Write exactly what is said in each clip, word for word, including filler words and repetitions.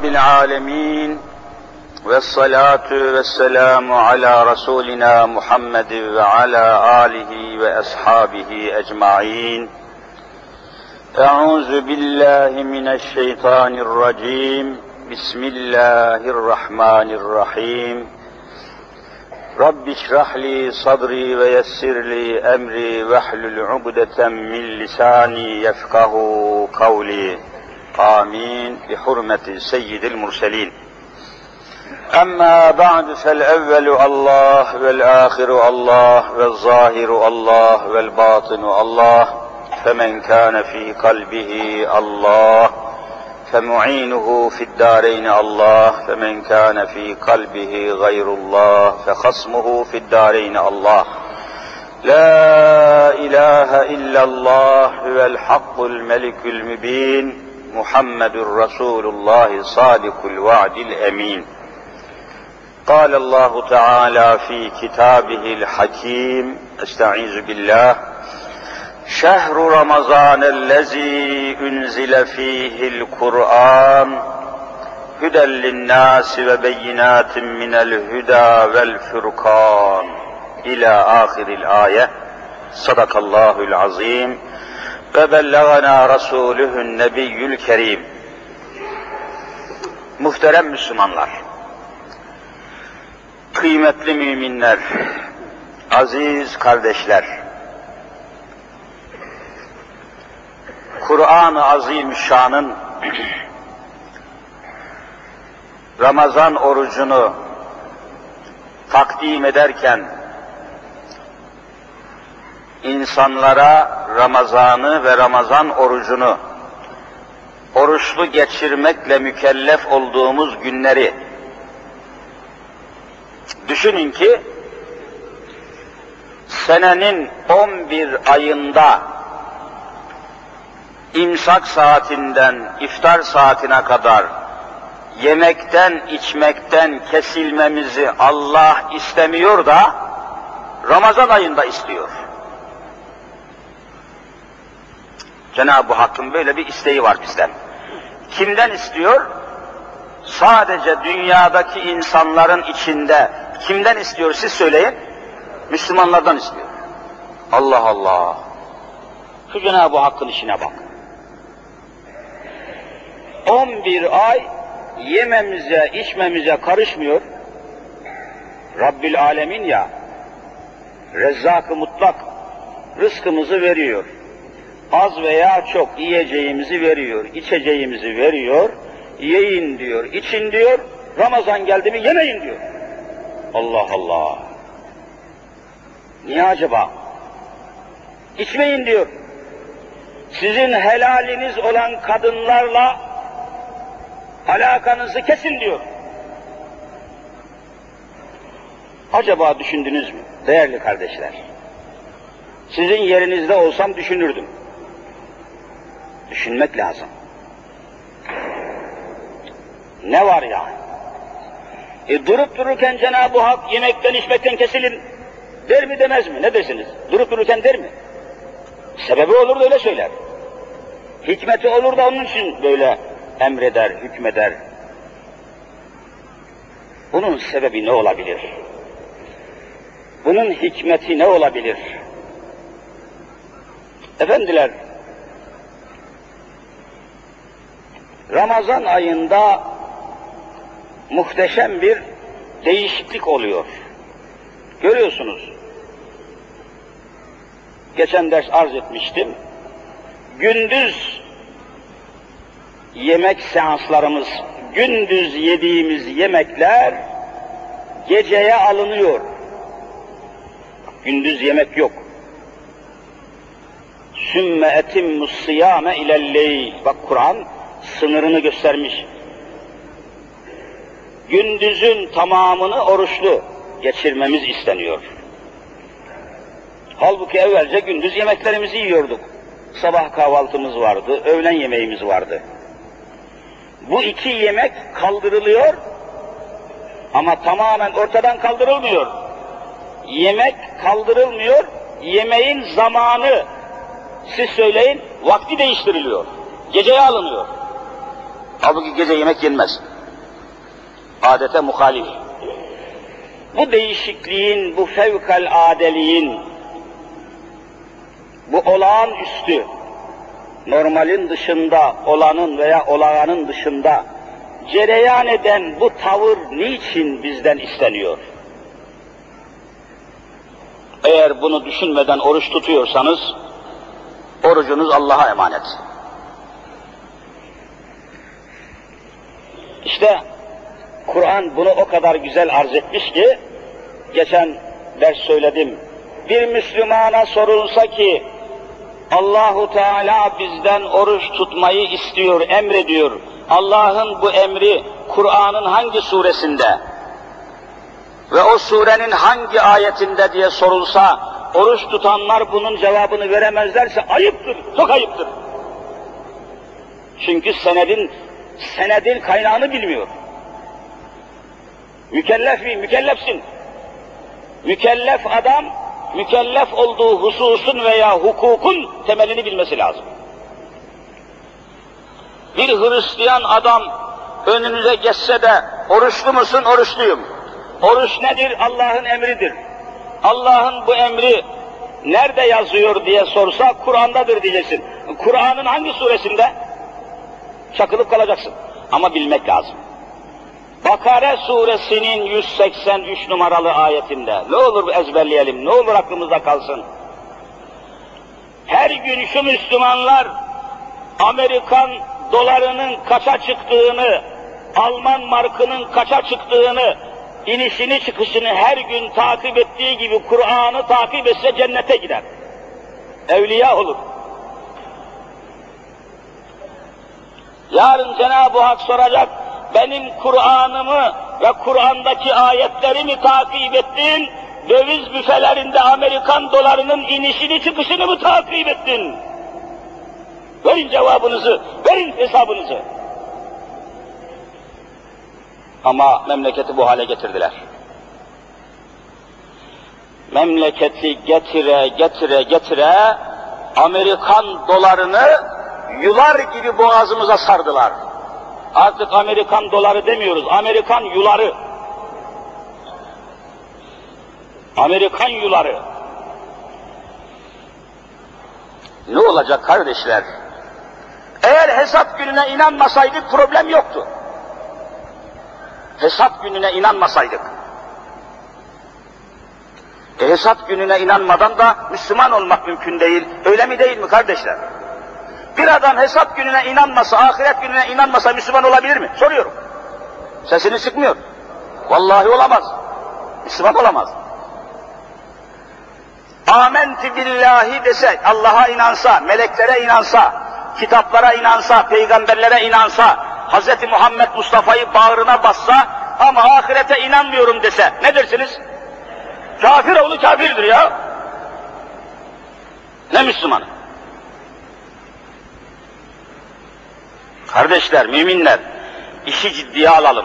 العالمين والصلاة والسلام على رسولنا محمد وعلى آله وأصحابه أجمعين. أعوذ بالله من الشيطان الرجيم. بسم الله الرحمن الرحيم. رب اشرح لي صدري ويسر لي أمري واحلل عقدة من لساني يفقه قولي. آمين بحرمة سيد المرسلين. أما بعد فالأول الله والآخر الله والظاهر الله والباطن الله، فمن كان في قلبه الله فمعينه في الدارين الله، فمن كان في قلبه غير الله فخصمه في الدارين الله. لا إله إلا الله هو الحق الملك المبين، محمد رسول الله صادق الوعد الأمين. قال الله تعالى في كتابه الحكيم: استعيذ بالله. شهر رمضان الذي أنزل فيه القرآن هدى للناس وبينات من الهدى والفرقان إلى آخر الآية. صدق الله العظيم وبلغنا رسوله النبي الكريم. Muhterem Müslümanlar, kıymetli müminler, aziz kardeşler, Kur'an-ı Azimüşşan'ın Ramazan orucunu takdim ederken insanlara Ramazan'ı ve Ramazan orucunu oruçlu geçirmekle mükellef olduğumuz günleri düşünün ki senenin on bir ayında imsak saatinden iftar saatine kadar yemekten içmekten kesilmemizi Allah istemiyor da Ramazan ayında istiyor. Cenab-ı Hakk'ın böyle bir isteği var bizden. Kimden istiyor? Sadece dünyadaki insanların içinde kimden istiyor siz söyleyin? Müslümanlardan istiyor. Allah Allah! Şu Cenab-ı Hakk'ın işine bak. on bir ay yememize, içmemize karışmıyor. Rabbil Alemin ya, Rezzak-ı Mutlak rızkımızı veriyor. Az veya çok yiyeceğimizi veriyor, içeceğimizi veriyor. Yiyin diyor, için diyor. Ramazan geldi mi yemeyin diyor. Allah Allah! Niye acaba? İçmeyin diyor. Sizin helaliniz olan kadınlarla alakanızı kesin diyor. Acaba düşündünüz mü değerli kardeşler? Sizin yerinizde olsam düşünürdüm. Düşünmek lazım. Ne var yani? E durup dururken Cenab-ı Hak yemekten içmekten kesilin der mi demez mi? Ne dersiniz? Durup dururken der mi? Sebebi olur da öyle söyler. Hikmeti olur da onun için böyle emreder, hükmeder. Bunun sebebi ne olabilir? Bunun hikmeti ne olabilir? Efendiler, Ramazan ayında muhteşem bir değişiklik oluyor. Görüyorsunuz. Geçen ders arz etmiştim. Gündüz yemek seanslarımız, gündüz yediğimiz yemekler geceye alınıyor. Gündüz yemek yok. Sümme etimmus siyame ilelleyl. Bak Kur'an sınırını göstermiş. Gündüzün tamamını oruçlu geçirmemiz isteniyor. Halbuki evvelce gündüz yemeklerimizi yiyorduk. Sabah kahvaltımız vardı, öğlen yemeğimiz vardı. Bu iki yemek kaldırılıyor ama tamamen ortadan kaldırılmıyor. Yemek kaldırılmıyor, yemeğin zamanı, siz söyleyin, vakti değiştiriliyor. Geceye alınıyor. Halbuki gece yemek yenmez. Adete muhalif. Bu değişikliğin, bu fevkaladeliğin, bu olağanüstü, normalin dışında olanın veya olağanın dışında cereyan eden bu tavır niçin bizden isteniyor? Eğer bunu düşünmeden oruç tutuyorsanız, orucunuz Allah'a emanet. İşte Kur'an bunu o kadar güzel arz etmiş ki, geçen ders söyledim, bir Müslümana sorulsa ki, Allahu Teala bizden oruç tutmayı istiyor, emrediyor. Allah'ın bu emri Kur'an'ın hangi suresinde ve o surenin hangi ayetinde diye sorulsa, oruç tutanlar bunun cevabını veremezlerse ayıptır, çok ayıptır. Çünkü senedin, senedin kaynağını bilmiyor. Mükellef mi? Mükellefsin. Mükellef adam, mükellef olduğu hususun veya hukukun temelini bilmesi lazım. Bir Hristiyan adam önünüze geçse de, oruçlu musun? Oruçluyum. Oruç nedir? Allah'ın emridir. Allah'ın bu emri nerede yazıyor diye sorsa, Kur'an'dadır diyeceksin. Kur'an'ın hangi suresinde? Çakılıp kalacaksın. Ama bilmek lazım. Bakara suresinin yüz seksen üç numaralı ayetinde, ne olur ezberleyelim, ne olur aklımızda kalsın. Her gün şu Müslümanlar, Amerikan dolarının kaça çıktığını, Alman markının kaça çıktığını, inişini çıkışını her gün takip ettiği gibi Kur'an'ı takip etse cennete gider. Evliya olur. Yarın Cenab-ı Hak soracak, benim Kur'an'ımı ve Kur'an'daki ayetlerimi takip ettin, döviz büfelerinde Amerikan dolarının inişini çıkışını mı takip ettin? Verin cevabınızı, verin hesabınızı. Ama memleketi bu hale getirdiler. Memleketi getire getire getire Amerikan dolarını yular gibi boğazımıza sardılar. Artık Amerikan doları demiyoruz, Amerikan yuları. Amerikan yuları. Ne olacak kardeşler? Eğer hesap gününe inanmasaydık problem yoktu. Hesap gününe inanmasaydık. E hesap gününe inanmadan da Müslüman olmak mümkün değil. Öyle mi değil mi kardeşler? Bir adam hesap gününe inanmasa, ahiret gününe inanmasa Müslüman olabilir mi? Soruyorum. Sesini sıkmıyor. Vallahi olamaz. Müslüman olamaz. Âmentü billahi dese, Allah'a inansa, meleklere inansa, kitaplara inansa, peygamberlere inansa, Hz. Muhammed Mustafa'yı bağrına bassa ama ahirete inanmıyorum dese, ne dersiniz? Kafir oğlu kafirdir ya. Ne Müslümanı? Kardeşler, müminler, işi ciddiye alalım.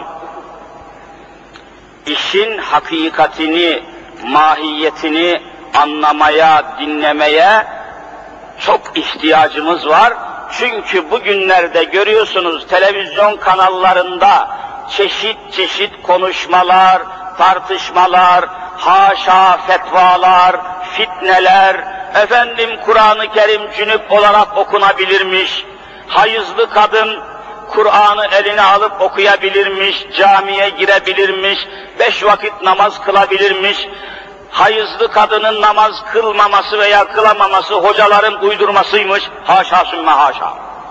İşin hakikatini, mahiyetini anlamaya, dinlemeye çok ihtiyacımız var. Çünkü bugünlerde görüyorsunuz televizyon kanallarında çeşit çeşit konuşmalar, tartışmalar, haşa fetvalar, fitneler, efendim Kur'an-ı Kerim cünüp olarak okunabilirmiş, hayızlı kadın Kur'an'ı eline alıp okuyabilirmiş, camiye girebilirmiş, beş vakit namaz kılabilirmiş, hayızlı kadının namaz kılmaması veya kılamaması hocaların uydurmasıymış, haşa sümme haşa.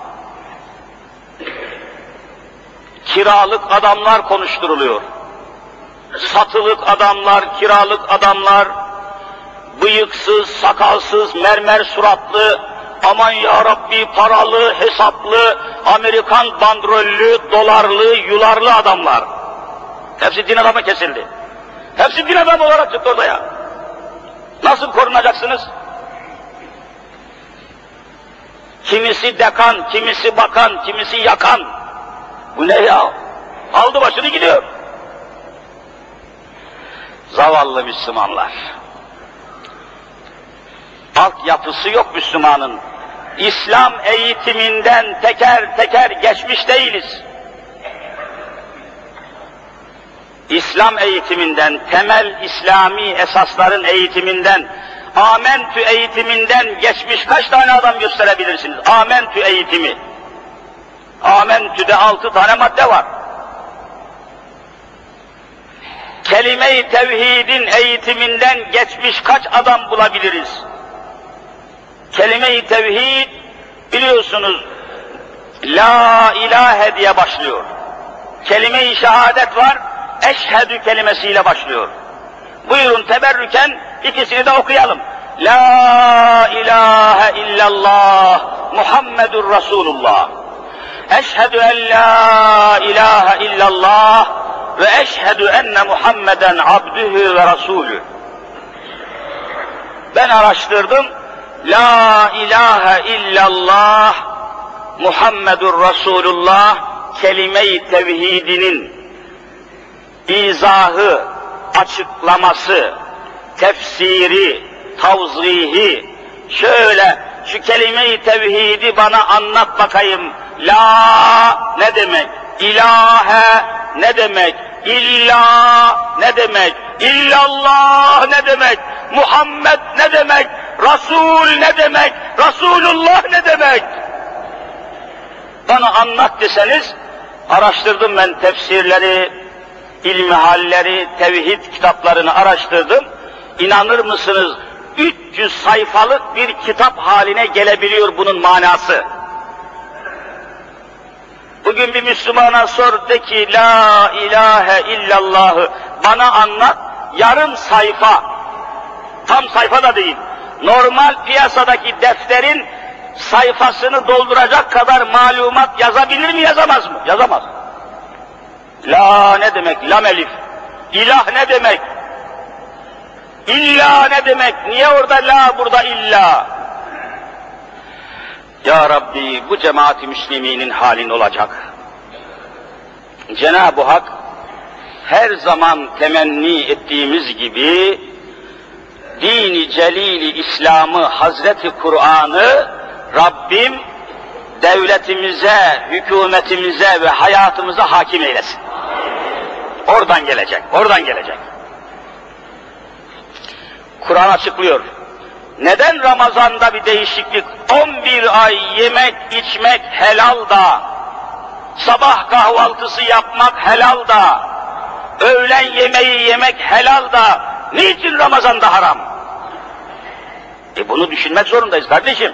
Kiralık adamlar konuşturuluyor. Satılık adamlar, kiralık adamlar, bıyıksız, sakalsız, mermer suratlı, aman ya Rabbi paralı, hesaplı, Amerikan bandrollü, dolarlı, yularlı adamlar. Hepsi din adamı kesildi. Hepsi din adamı olarak çıktı oraya. Nasıl korunacaksınız? Kimisi dekan, kimisi bakan, kimisi yakan. Bu ne ya? Aldı başını gidiyor. Zavallı Müslümanlar. Altyapısı yok Müslümanın. İslam eğitiminden teker teker geçmiş değiliz. İslam eğitiminden, temel İslami esasların eğitiminden, Amentü eğitiminden geçmiş kaç tane adam gösterebilirsiniz? Amentü eğitimi. Amentü'de altı tane madde var. Kelime-i tevhidin eğitiminden geçmiş kaç adam bulabiliriz? Kelime-i tevhid biliyorsunuz la ilahe diye başlıyor. Kelime-i şehadet var, eşhedü kelimesiyle başlıyor. Buyurun teberrüken ikisini de okuyalım. La ilahe illallah Muhammedur Resulullah. Eşhedü en la ilahe illallah ve eşhedü enne Muhammeden abdühü ve rasulü. Ben araştırdım. La ilahe illallah Muhammedur Resulullah kelime-i tevhidinin izahı, açıklaması, tefsiri, tavzihi, şöyle şu kelime-i tevhidi bana anlat bakayım. La ne demek? İlahe ne demek? İlla ne demek? İllallah ne demek? Muhammed ne demek? Resul ne demek? Resulullah ne demek? Bana anlat deseniz, araştırdım ben tefsirleri, ilmihalleri, tevhid kitaplarını araştırdım. İnanır mısınız? üç yüz sayfalık bir kitap haline gelebiliyor bunun manası. Bugün bir Müslümana sor de ki la ilahe illallahı bana anlat, yarım sayfa, tam sayfa da değil, normal piyasadaki defterin sayfasını dolduracak kadar malumat yazabilir mi, yazamaz mı? Yazamaz. La ne demek? Lam elif. İlah ne demek? İlla ne demek? Niye orada la, burada illa? Ya Rabbi bu cemaat-i müsliminin halin olacak. Cenab-ı Hak her zaman temenni ettiğimiz gibi dini celili İslam'ı, Hazreti Kur'an'ı Rabbim devletimize, hükümetimize ve hayatımıza hakim eylesin. Oradan gelecek, oradan gelecek. Kur'an açıklıyor. Neden Ramazan'da bir değişiklik? on bir ay yemek içmek helal da, sabah kahvaltısı yapmak helal da, öğlen yemeği yemek helal da, niçin Ramazan'da haram? E bunu düşünmek zorundayız kardeşim.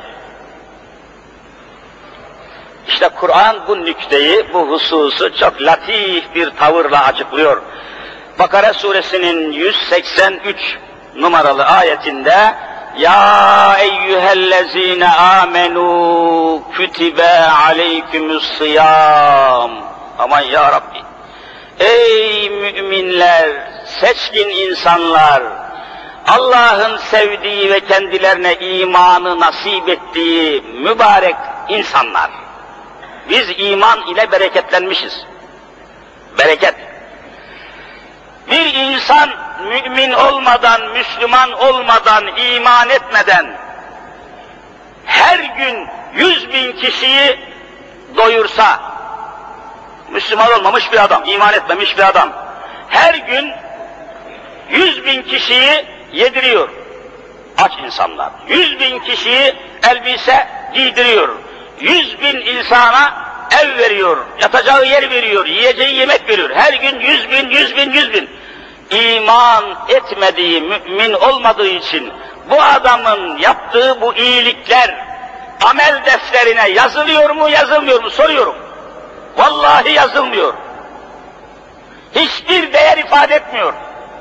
İşte Kur'an bu nükteyi, bu hususu çok latif bir tavırla açıklıyor. Bakara suresinin yüz seksen üç numaralı ayetinde ya eyyühellezine amenu kütibe aleykümüssiyam. Aman ya Rabbi. Ey müminler, seçkin insanlar, Allah'ın sevdiği ve kendilerine imanı nasip ettiği mübarek insanlar. Biz iman ile bereketlenmişiz. Bereket. Bir insan mümin olmadan, Müslüman olmadan, iman etmeden her gün yüz bin kişiyi doyursa, Müslüman olmamış bir adam, iman etmemiş bir adam, her gün yüz bin kişiyi yediriyor aç insanlar. Yüz bin kişiyi elbise giydiriyor. Yüz bin insana ev veriyor, yatacağı yer veriyor, yiyeceği yemek veriyor. Her gün yüz bin, yüz bin, yüz bin. İman etmediği, mümin olmadığı için bu adamın yaptığı bu iyilikler amel defterine yazılıyor mu, yazılmıyor mu soruyorum. Vallahi yazılmıyor. Hiçbir değer ifade etmiyor.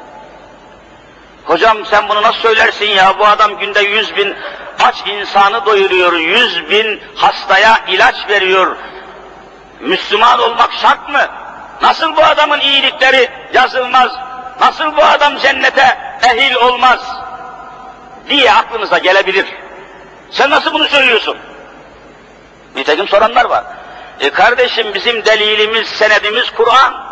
Hocam sen bunu nasıl söylersin ya? Bu adam günde yüz bin aç insanı doyuruyor, yüz bin hastaya ilaç veriyor. Müslüman olmak şart mı? Nasıl bu adamın iyilikleri yazılmaz? Nasıl bu adam cennete ehil olmaz? Diye aklınıza gelebilir. Sen nasıl bunu söylüyorsun? Nitekim soranlar var. E kardeşim bizim delilimiz, senedimiz Kur'an.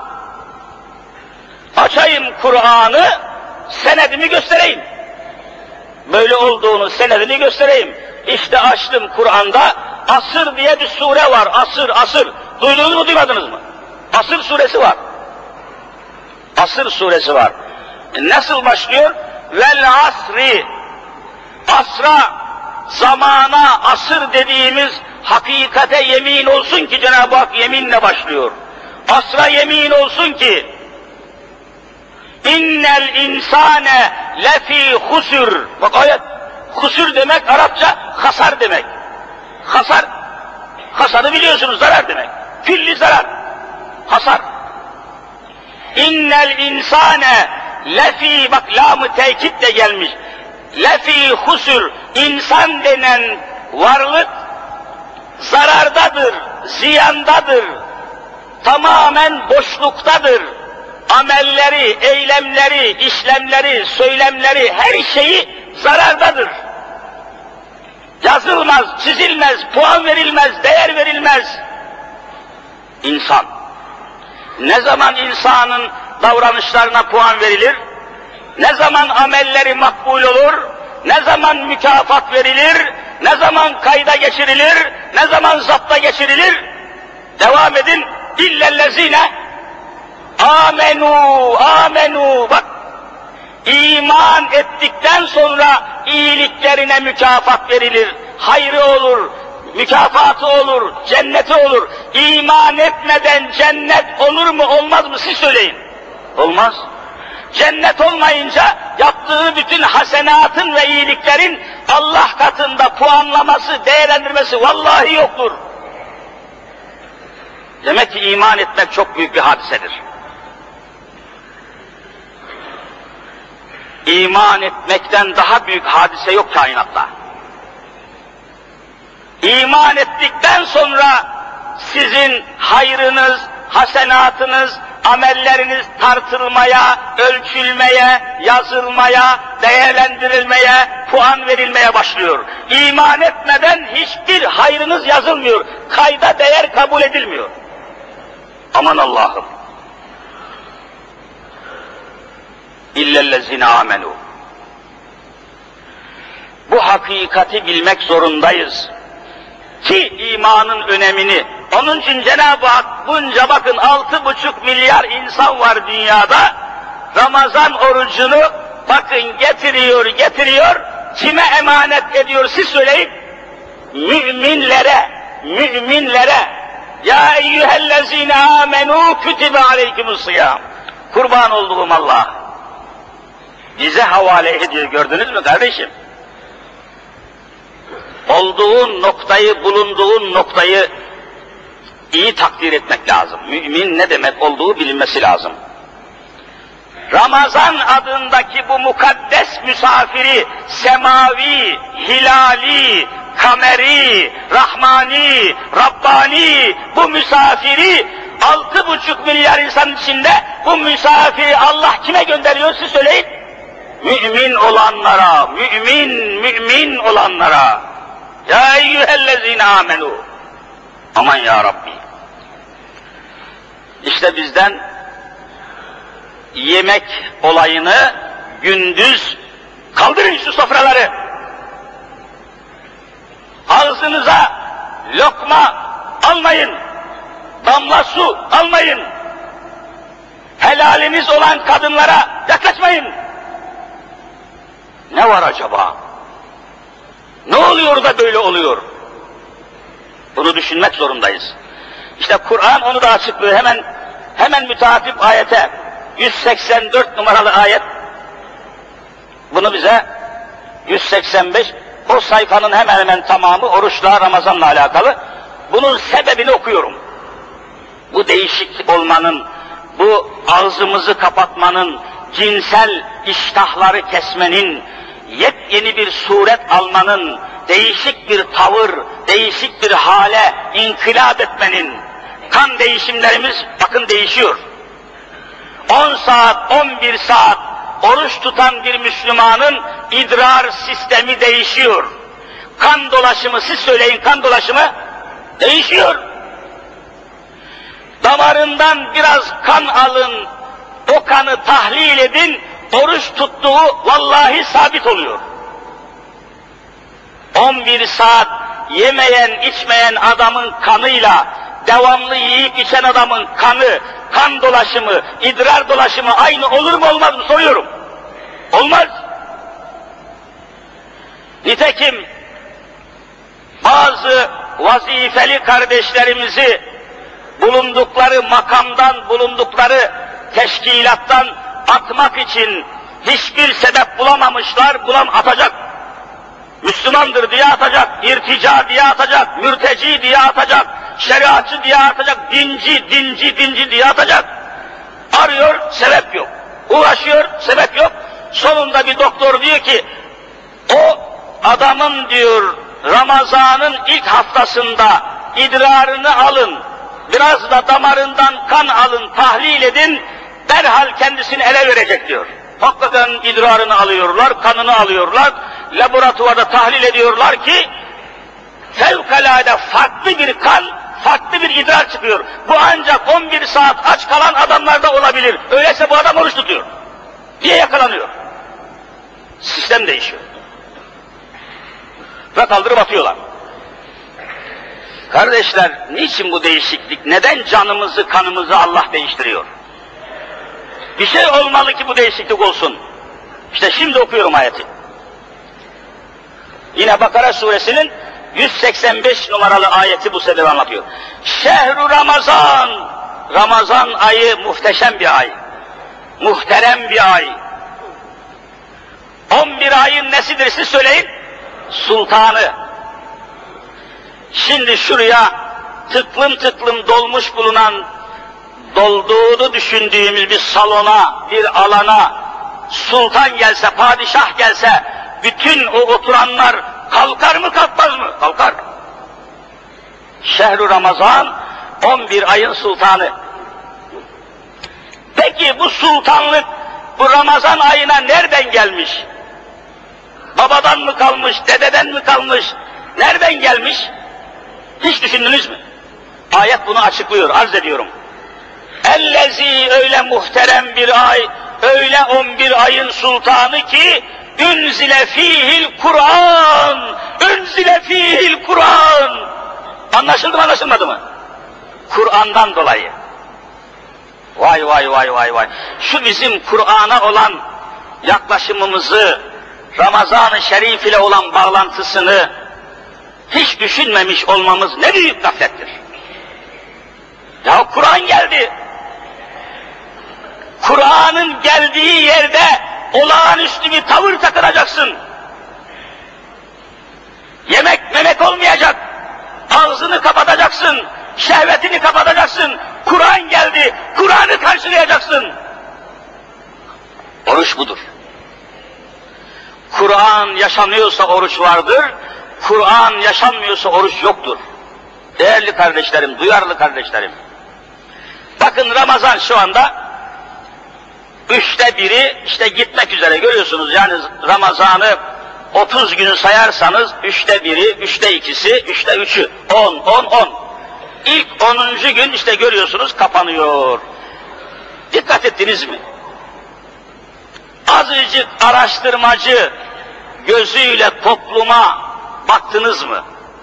Açayım Kur'an'ı, senedimi göstereyim. Böyle olduğunu, senedini göstereyim. İşte açtım Kur'an'da, Asır diye bir sure var, Asır, Asır. Duydunuz mu, duymadınız mı? Asır suresi var. Asır suresi var. Nasıl başlıyor? Vel asri. Asra, zamana, asır dediğimiz hakikate yemin olsun ki Cenab-ı Hak yeminle başlıyor. Asra yemin olsun ki innel insane lefî husur. Bak ayet, husur demek Arapça hasar demek. Hasar, hasarı biliyorsunuz, zarar demek. Külli zarar, hasar. İnnel insane lefî, bak lam-ı tekit de gelmiş. Lefî husur, insan denen varlık zarardadır, ziyandadır, tamamen boşluktadır. Amelleri, eylemleri, işlemleri, söylemleri, her şeyi zarardadır. Yazılmaz, çizilmez, puan verilmez, değer verilmez. İnsan. Ne zaman insanın davranışlarına puan verilir? Ne zaman amelleri makbul olur? Ne zaman mükafat verilir? Ne zaman kayda geçirilir? Ne zaman zapta geçirilir? Devam edin. İllellezine amenu, amenu. Bak, iman ettikten sonra iyiliklerine mükafat verilir. Hayrı olur, mükafatı olur, cenneti olur. İman etmeden cennet olur mu, olmaz mı? Siz söyleyin. Olmaz. Cennet olmayınca yaptığı bütün hasenatın ve iyiliklerin Allah katında puanlaması, değerlendirmesi vallahi yoktur. Demek ki iman etmek çok büyük bir hadisedir. İman etmekten daha büyük hadise yok kainatta. İman ettikten sonra sizin hayrınız, hasenatınız, amelleriniz tartılmaya, ölçülmeye, yazılmaya, değerlendirilmeye, puan verilmeye başlıyor. İman etmeden hiçbir hayrınız yazılmıyor, kayda değer kabul edilmiyor. Aman Allah'ım! İllellezine amenu. Bu hakikati bilmek zorundayız ki imanın önemini. Onun için Cenab-ı Hak bunca, bakın altı buçuk milyar insan var dünyada. Ramazan orucunu bakın getiriyor, getiriyor. Kime emanet ediyor siz söyleyin? Müminlere, müminlere. Ya eyyühellezine amenu kütübe aleykümüssiyam. Kurban olduğum Allah. Bize havale ediyor, gördünüz mü kardeşim? Olduğun noktayı, bulunduğun noktayı iyi takdir etmek lazım. Mümin ne demek olduğu bilinmesi lazım. Ramazan adındaki bu mukaddes misafiri, semavi, hilali, kameri, rahmani, rabbani, bu misafiri altı buçuk milyar insan içinde bu misafiri Allah kime gönderiyor siz söyleyin? Mümin olanlara, mümin, mümin olanlara. Ya eyyühellezine amenu. Aman ya Rabbi. İşte bizden yemek olayını gündüz kaldırın şu sofraları. Ağzınıza lokma almayın. Damla su almayın. Helaliniz olan kadınlara yaklaşmayın. Ne var acaba? Ne oluyor da böyle oluyor? Bunu düşünmek zorundayız. İşte Kur'an onu da açıklıyor. Hemen hemen müteakip ayete, yüz seksen dört numaralı ayet, bunu bize yüz seksen beş, o sayfanın hemen hemen tamamı oruçla, Ramazan'la alakalı. Bunun sebebini okuyorum. Bu değişik olmanın, bu ağzımızı kapatmanın, cinsel iştahları kesmenin, yepyeni bir suret almanın, değişik bir tavır, değişik bir hale inkılap etmenin, kan değişimlerimiz bakın değişiyor. on saat, on bir saat oruç tutan bir Müslümanın idrar sistemi değişiyor. Kan dolaşımı, siz söyleyin, kan dolaşımı değişiyor. Damarından biraz kan alın, o kanı tahlil edin, oruç tuttuğu vallahi sabit oluyor. on bir saat yemeyen, içmeyen adamın kanıyla devamlı yiyip içen adamın kanı, kan dolaşımı, idrar dolaşımı aynı olur mu olmaz mı soruyorum. Olmaz. Nitekim bazı vazifeli kardeşlerimizi bulundukları makamdan, bulundukları teşkilattan atmak için hiçbir sebep bulamamışlar, bulam atacak. Müslümandır diye atacak, irtica diye atacak, mürteci diye atacak, şeriatçı diye atacak, dinci, dinci, dinci diye atacak. Arıyor, sebep yok. Uğraşıyor, sebep yok. Sonunda bir doktor diyor ki, o adamın diyor, Ramazan'ın ilk haftasında idrarını alın, biraz da damarından kan alın, tahlil edin, derhal kendisini ele verecek diyor. Hakikaten idrarını alıyorlar, kanını alıyorlar, laboratuvarda tahlil ediyorlar ki, fevkalade farklı bir kan, farklı bir idrar çıkıyor. Bu ancak on bir saat aç kalan adamlarda olabilir. Öyleyse bu adam oruç tutuyor diye yakalanıyor. Sistem değişiyor. Ve kaldırıp atıyorlar. Kardeşler, niçin bu değişiklik? Neden canımızı, kanımızı Allah değiştiriyor? Bir şey olmalı ki bu değişiklik olsun. İşte şimdi okuyorum ayeti. Yine Bakara suresinin yüz seksen beş numaralı ayeti bu sebebi anlatıyor. Şehru Ramazan, Ramazan ayı muhteşem bir ay. Muhterem bir ay. on bir ayın nesidir siz söyleyin? Sultanı. Şimdi şuraya tıklım tıklım dolmuş bulunan, dolduğunu düşündüğümüz bir salona, bir alana sultan gelse, padişah gelse, bütün o oturanlar kalkar mı kalkmaz mı? Kalkar. Şehru Ramazan, on bir ayın sultanı. Peki bu sultanlık, bu Ramazan ayına nereden gelmiş? Babadan mı kalmış, dededen mi kalmış, nereden gelmiş? Hiç düşündünüz mü? Ayet bunu açıklıyor, arz ediyorum. Ellezî, öyle muhterem bir ay, öyle on bir ayın sultanı ki, ünzile fîhil Kur'an, ünzile fîhil Kur'an. Anlaşıldı mı, anlaşılmadı mı? Kur'an'dan dolayı. Vay vay vay vay vay. Şu bizim Kur'an'a olan yaklaşımımızı, Ramazan-ı Şerif ile olan bağlantısını hiç düşünmemiş olmamız ne büyük gaflettir. Ya Kur'an geldi. Kur'an'ın geldiği yerde olağanüstü bir tavır takınacaksın. Yemek memek olmayacak. Ağzını kapatacaksın. Şehvetini kapatacaksın. Kur'an geldi. Kur'an'ı karşılayacaksın. Oruç budur. Kur'an yaşanıyorsa oruç vardır. Kur'an yaşanmıyorsa oruç yoktur. Değerli kardeşlerim, duyarlı kardeşlerim. Bakın Ramazan şu anda üçte biri işte gitmek üzere, görüyorsunuz. Yani Ramazan'ı otuz gün sayarsanız üçte biri, üçte ikisi, üçte üçü, on, on, on. İlk onuncu gün işte görüyorsunuz kapanıyor. Dikkat ettiniz mi? Azıcık araştırmacı gözüyle topluma baktınız mı?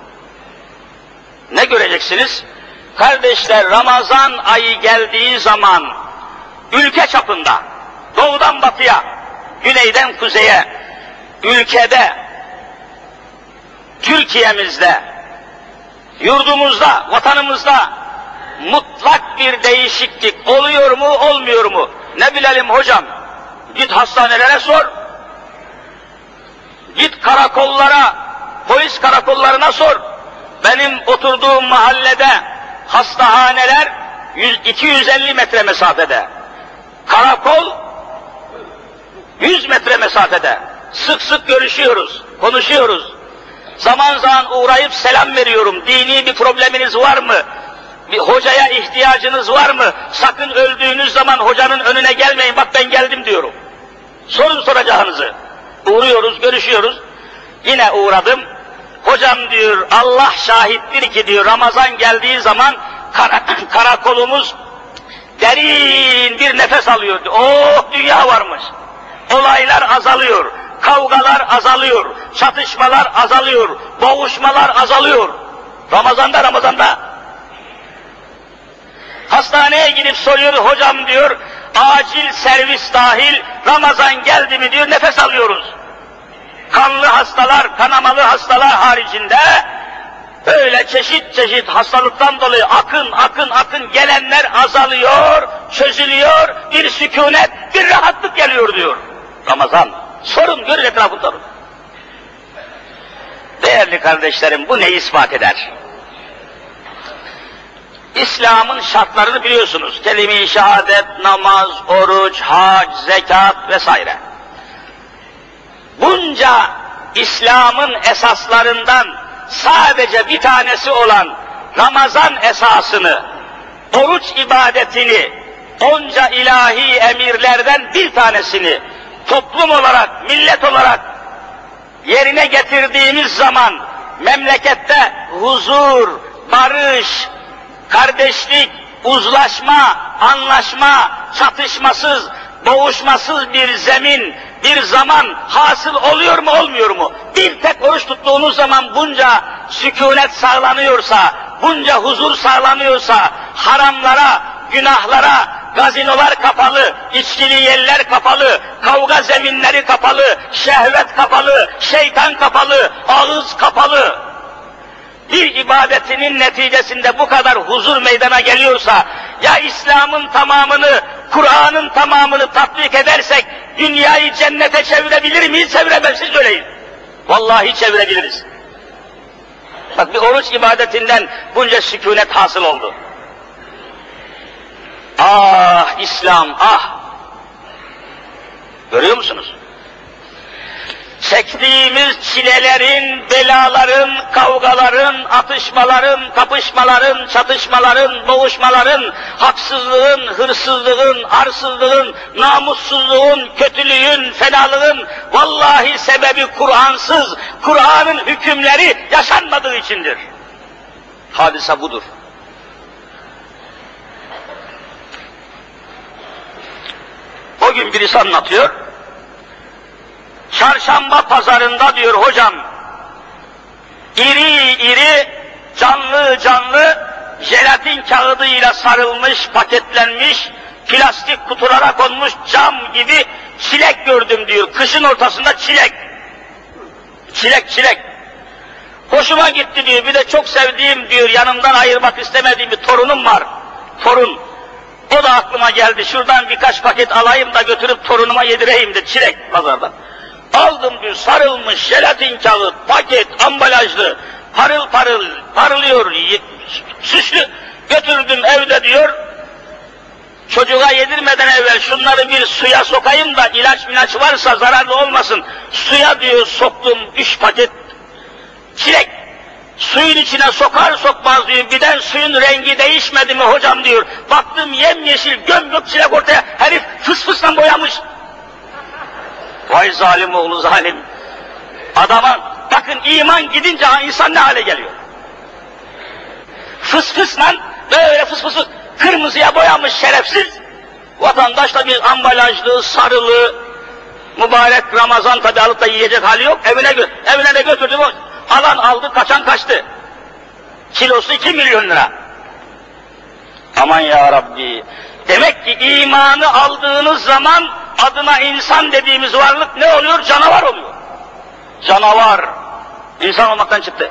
Ne göreceksiniz? Kardeşler, Ramazan ayı geldiği zaman ülke çapında, doğudan batıya, güneyden kuzeye, ülkede, Türkiye'mizde, yurdumuzda, vatanımızda mutlak bir değişiklik oluyor mu, olmuyor mu? Ne bilelim hocam, git hastanelere sor, git karakollara, polis karakollarına sor. Benim oturduğum mahallede hastahaneler iki yüz elli metre mesafede, karakol yüz metre mesafede. Sık sık görüşüyoruz, konuşuyoruz. Zaman zaman uğrayıp selam veriyorum. Dini bir probleminiz var mı? Bir hocaya ihtiyacınız var mı? Sakın öldüğünüz zaman hocanın önüne gelmeyin, bak ben geldim diyorum. Sorun soracağınızı. Uğruyoruz, görüşüyoruz. Yine uğradım. Hocam diyor, Allah şahittir ki diyor, Ramazan geldiği zaman kara, karakolumuz derin bir nefes alıyor. Oh, dünya varmış. Olaylar azalıyor, kavgalar azalıyor, çatışmalar azalıyor, boğuşmalar azalıyor. Ramazan'da, Ramazan'da. Hastaneye gidip soruyor, hocam diyor, acil servis dahil Ramazan geldi mi diyor, nefes alıyoruz. Kanlı hastalar, kanamalı hastalar haricinde böyle çeşit çeşit hastalıktan dolayı akın akın akın gelenler azalıyor, çözülüyor, bir sükunet, bir rahatlık geliyor diyor. Ramazan, sorun, görün etrafında. Değerli kardeşlerim, bu neyi ispat eder? İslam'ın şartlarını biliyorsunuz. Kelime-i şehadet, namaz, oruç, hac, zekat vesaire. Bunca İslam'ın esaslarından sadece bir tanesi olan Ramazan esasını, oruç ibadetini, onca ilahi emirlerden bir tanesini toplum olarak, millet olarak yerine getirdiğimiz zaman memlekette huzur, barış, kardeşlik, uzlaşma, anlaşma, çatışmasız, boğuşmasız bir zemin, bir zaman hasıl oluyor mu, olmuyor mu? Bir tek oruç tuttuğunuz zaman bunca sükunet sağlanıyorsa, bunca huzur sağlanıyorsa, haramlara, günahlara, gazinolar kapalı, içkili yerler kapalı, kavga zeminleri kapalı, şehvet kapalı, şeytan kapalı, ağız kapalı. Bir ibadetinin neticesinde bu kadar huzur meydana geliyorsa, ya İslam'ın tamamını, Kur'an'ın tamamını tatbik edersek, dünyayı cennete çevirebilir miyiz, çeviremez, siz söyleyin. Vallahi çevirebiliriz. Bak, bir oruç ibadetinden bunca sükunet hasıl oldu. Ah İslam, ah! Görüyor musunuz? Çektiğimiz çilelerin, belaların, kavgaların, atışmaların, kapışmaların, çatışmaların, boğuşmaların, haksızlığın, hırsızlığın, arsızlığın, namussuzluğun, kötülüğün, fenalığın vallahi sebebi Kur'ansız, Kur'an'ın hükümleri yaşanmadığı içindir. Hadise budur. O gün birisi anlatıyor. Çarşamba pazarında diyor hocam, iri iri, canlı canlı, jelatin kağıdıyla sarılmış, paketlenmiş, plastik kutulara konmuş cam gibi çilek gördüm diyor. Kışın ortasında çilek. Çilek çilek. Hoşuma gitti diyor. Bir de çok sevdiğim diyor, yanımdan ayırmak istemediğim bir torunum var. Torun. O da aklıma geldi. Şuradan birkaç paket alayım da götürüp torunuma yedireyim de çilek pazardan. Aldım diyor, sarılmış, jelatin kağıt, paket, ambalajlı, parıl parıl, parlıyor, süslü. Götürdüm evde diyor, çocuğa yedirmeden evvel şunları bir suya sokayım da ilaç milaç varsa zararlı olmasın. Suya diyor soktum üç paket çilek. Suyun içine sokar sokmaz diyor, birden suyun rengi değişmedi mi hocam diyor. Baktım yemyeşil gömgök çilek ortaya, herif fıs fısla boyamış. Vay zalim oğlu zalim. Adama bakın, iman gidince insan ne hale geliyor. Fıs fısla böyle fıs fıs kırmızıya boyamış şerefsiz. Vatandaş da bir ambalajlı, sarılı, mübarek Ramazan tabi alıp da yiyecek hali yok. Evine, evine de götürdü. Alan aldı, kaçan kaçtı. Kilosu iki milyon lira. Aman ya Rabbi. Demek ki imanı aldığınız zaman adına insan dediğimiz varlık ne oluyor? Canavar oluyor. Canavar. İnsan olmaktan çıktı.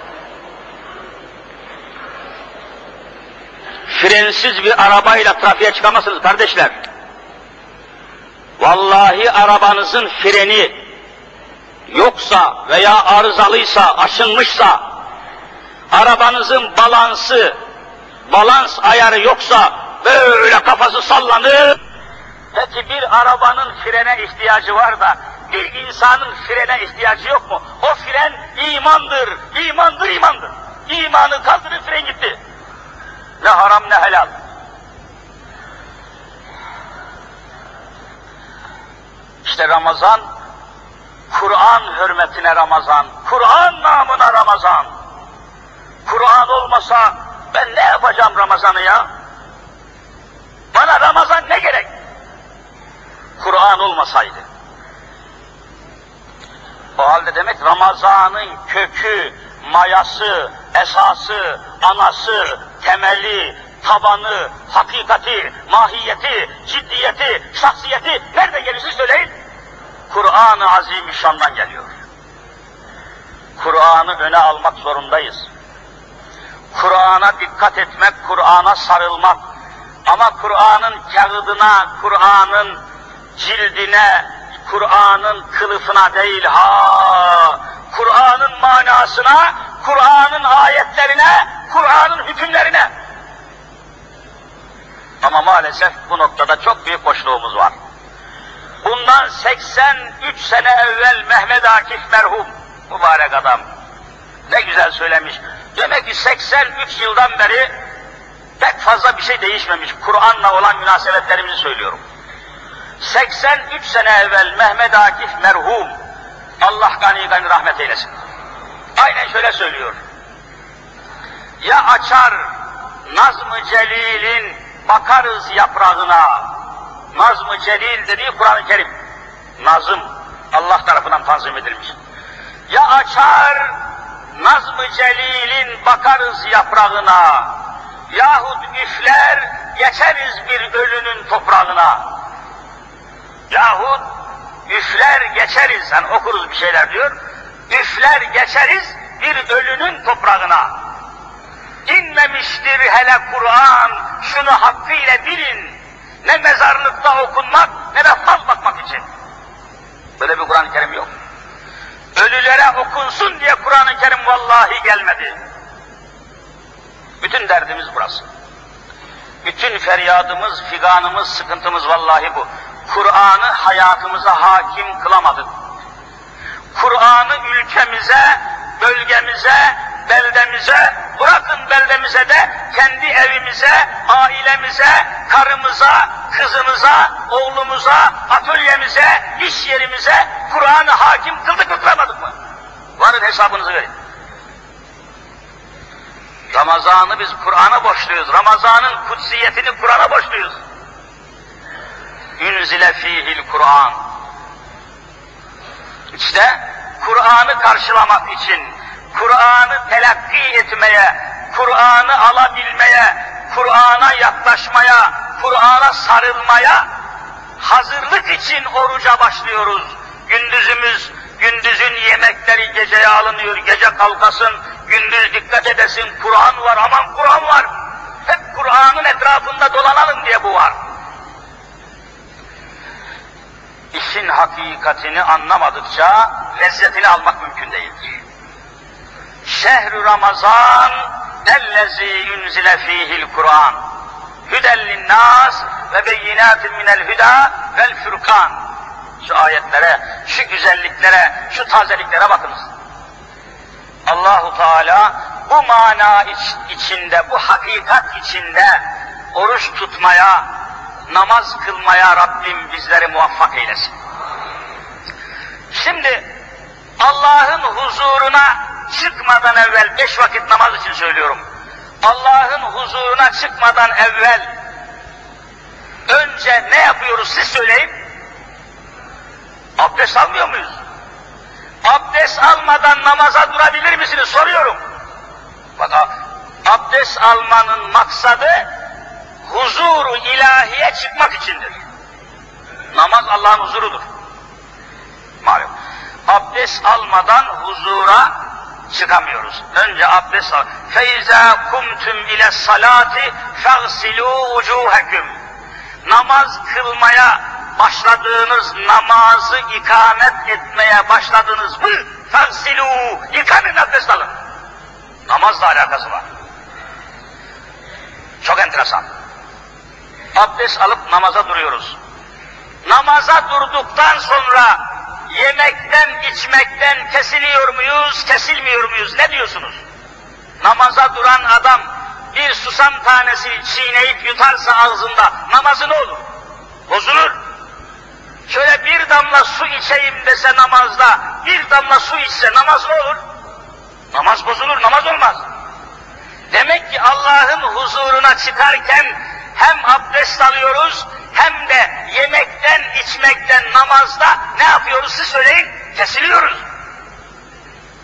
Frensiz bir arabayla trafiğe çıkamazsınız kardeşler. Vallahi arabanızın freni yoksa veya arızalıysa, aşınmışsa, arabanızın balansı, balans ayarı yoksa böyle kafası sallanır. Peki bir arabanın frene ihtiyacı var da bir insanın frene ihtiyacı yok mu? O fren imandır, imandır, imandır. İmanı kaldırır, fren gitti. Ne haram ne helal. İşte Ramazan, Kur'an hürmetine Ramazan, Kur'an namına Ramazan. Kur'an olmasa ben ne yapacağım Ramazan'ı ya? Bana Ramazan ne gerek? Kur'an olmasaydı. O halde demek Ramazan'ın kökü, mayası, esası, anası, temeli, tabanı, hakikati, mahiyeti, ciddiyeti, şahsiyeti nerede gelirse söyleyin. Kur'an-ı Azimüşşan'dan geliyor. Kur'an'ı öne almak zorundayız. Kur'an'a dikkat etmek, Kur'an'a sarılmak. Ama Kur'an'ın kağıdına, Kur'an'ın cildine, Kur'an'ın kılıfına değil ha, Kur'an'ın manasına, Kur'an'ın ayetlerine, Kur'an'ın hükümlerine. Ama maalesef bu noktada çok büyük boşluğumuz var. Bundan seksen üç sene evvel Mehmet Akif merhum, mübarek adam, ne güzel söylemiş. Demek ki seksen üç yıldan beri pek fazla bir şey değişmemiş. Kur'an'la olan münasebetlerimizi söylüyorum. seksen üç sene evvel Mehmet Akif merhum, Allah gani gani rahmet eylesin. Aynen şöyle söylüyor. Ya açar Nazm-ı Celil'in bakarız yaprağına. Nazm-ı Celil dediği Kur'an-ı Kerim. Nazım, Allah tarafından tanzim edilmiş. Ya açar Nazm-ı Celil'in bakarız yaprağına. Yahut üfler geçeriz bir ölünün toprağına. Yahut üfler geçeriz, yani okuruz bir şeyler diyor. Üfler geçeriz bir ölünün toprağına. İnmemiştir hele Kur'an, şunu hakkıyla bilin. Ne mezarlıkta okunmak, ne de fal bakmak için. Böyle bir Kur'an-ı Kerim yok. Ölülere okunsun diye Kur'an-ı Kerim vallahi gelmedi. Bütün derdimiz burası. Bütün feryadımız, figanımız, sıkıntımız vallahi bu. Kur'an'ı hayatımıza hakim kılamadık. Kur'an'ı ülkemize, bölgemize, beldemize, bırakın beldemize de kendi evimize, ailemize, karımıza, kızımıza, oğlumuza, atölyemize, iş yerimize Kur'an'ı hakim kıldık mı, kılamadık mı? Varın hesabınızı verin. Ramazan'ı biz Kur'an'a borçluyuz. Ramazan'ın kutsiyetini Kur'an'a borçluyuz. Ünzile fihil Kur'an. İşte Kur'an'ı karşılamak için, Kur'an'ı telakki etmeye, Kur'an'ı alabilmeye, Kur'an'a yaklaşmaya, Kur'an'a sarılmaya hazırlık için oruca başlıyoruz. Gündüzümüz, gündüzün yemekleri geceye alınıyor, gece kalkasın, gündüz dikkat edesin, Kur'an var, aman Kur'an var. Hep Kur'an'ın etrafında dolanalım diye bu var. İşin hakikatini anlamadıkça lezzetini almak mümkün değildir. Şehr-ü Ramazan ellezî yunzile fîhil Kur'an hüden linnâs ve beyinâtin minel hüdâ vel furkan. Şu ayetlere, şu güzelliklere, şu tazeliklere bakınız. Allahu Teala bu mana iç, içinde, bu hakikat içinde oruç tutmaya, namaz kılmaya Rabbim bizleri muvaffak eylesin. Şimdi Allah'ın huzuruna çıkmadan evvel, beş vakit namaz için söylüyorum, Allah'ın huzuruna çıkmadan evvel önce ne yapıyoruz siz söyleyin? Abdest almıyor muyuz? Abdest almadan namaza durabilir misiniz soruyorum. Bak, abdest almanın maksadı huzuru ilahiye çıkmak içindir. Namaz Allah'ın huzurudur. Malum. Abdest almadan huzura çıkamıyoruz. Önce abdest al. Feiza kumtum ile salati fagsilu vucuhakum. Namaz kılmaya başladığınız, namazı ikamet etmeye başladınız mı? Fagsilu, yıkanın, abdest alın. Namazla alakası var. Çok enteresan. Abdest alıp namaza duruyoruz. Namaza durduktan sonra yemekten, içmekten kesiliyor muyuz, kesilmiyor muyuz? Ne diyorsunuz? Namaza duran adam bir susam tanesini çiğneyip yutarsa ağzında namazı ne olur? Bozulur. Şöyle bir damla su içeyim dese namazda, bir damla su içse namaz ne olur? Namaz bozulur, namaz olmaz. Demek ki Allah'ın huzuruna çıkarken hem abdest alıyoruz, hem de yemekten, içmekten, namazda ne yapıyoruz siz söyleyin? Kesiliyoruz.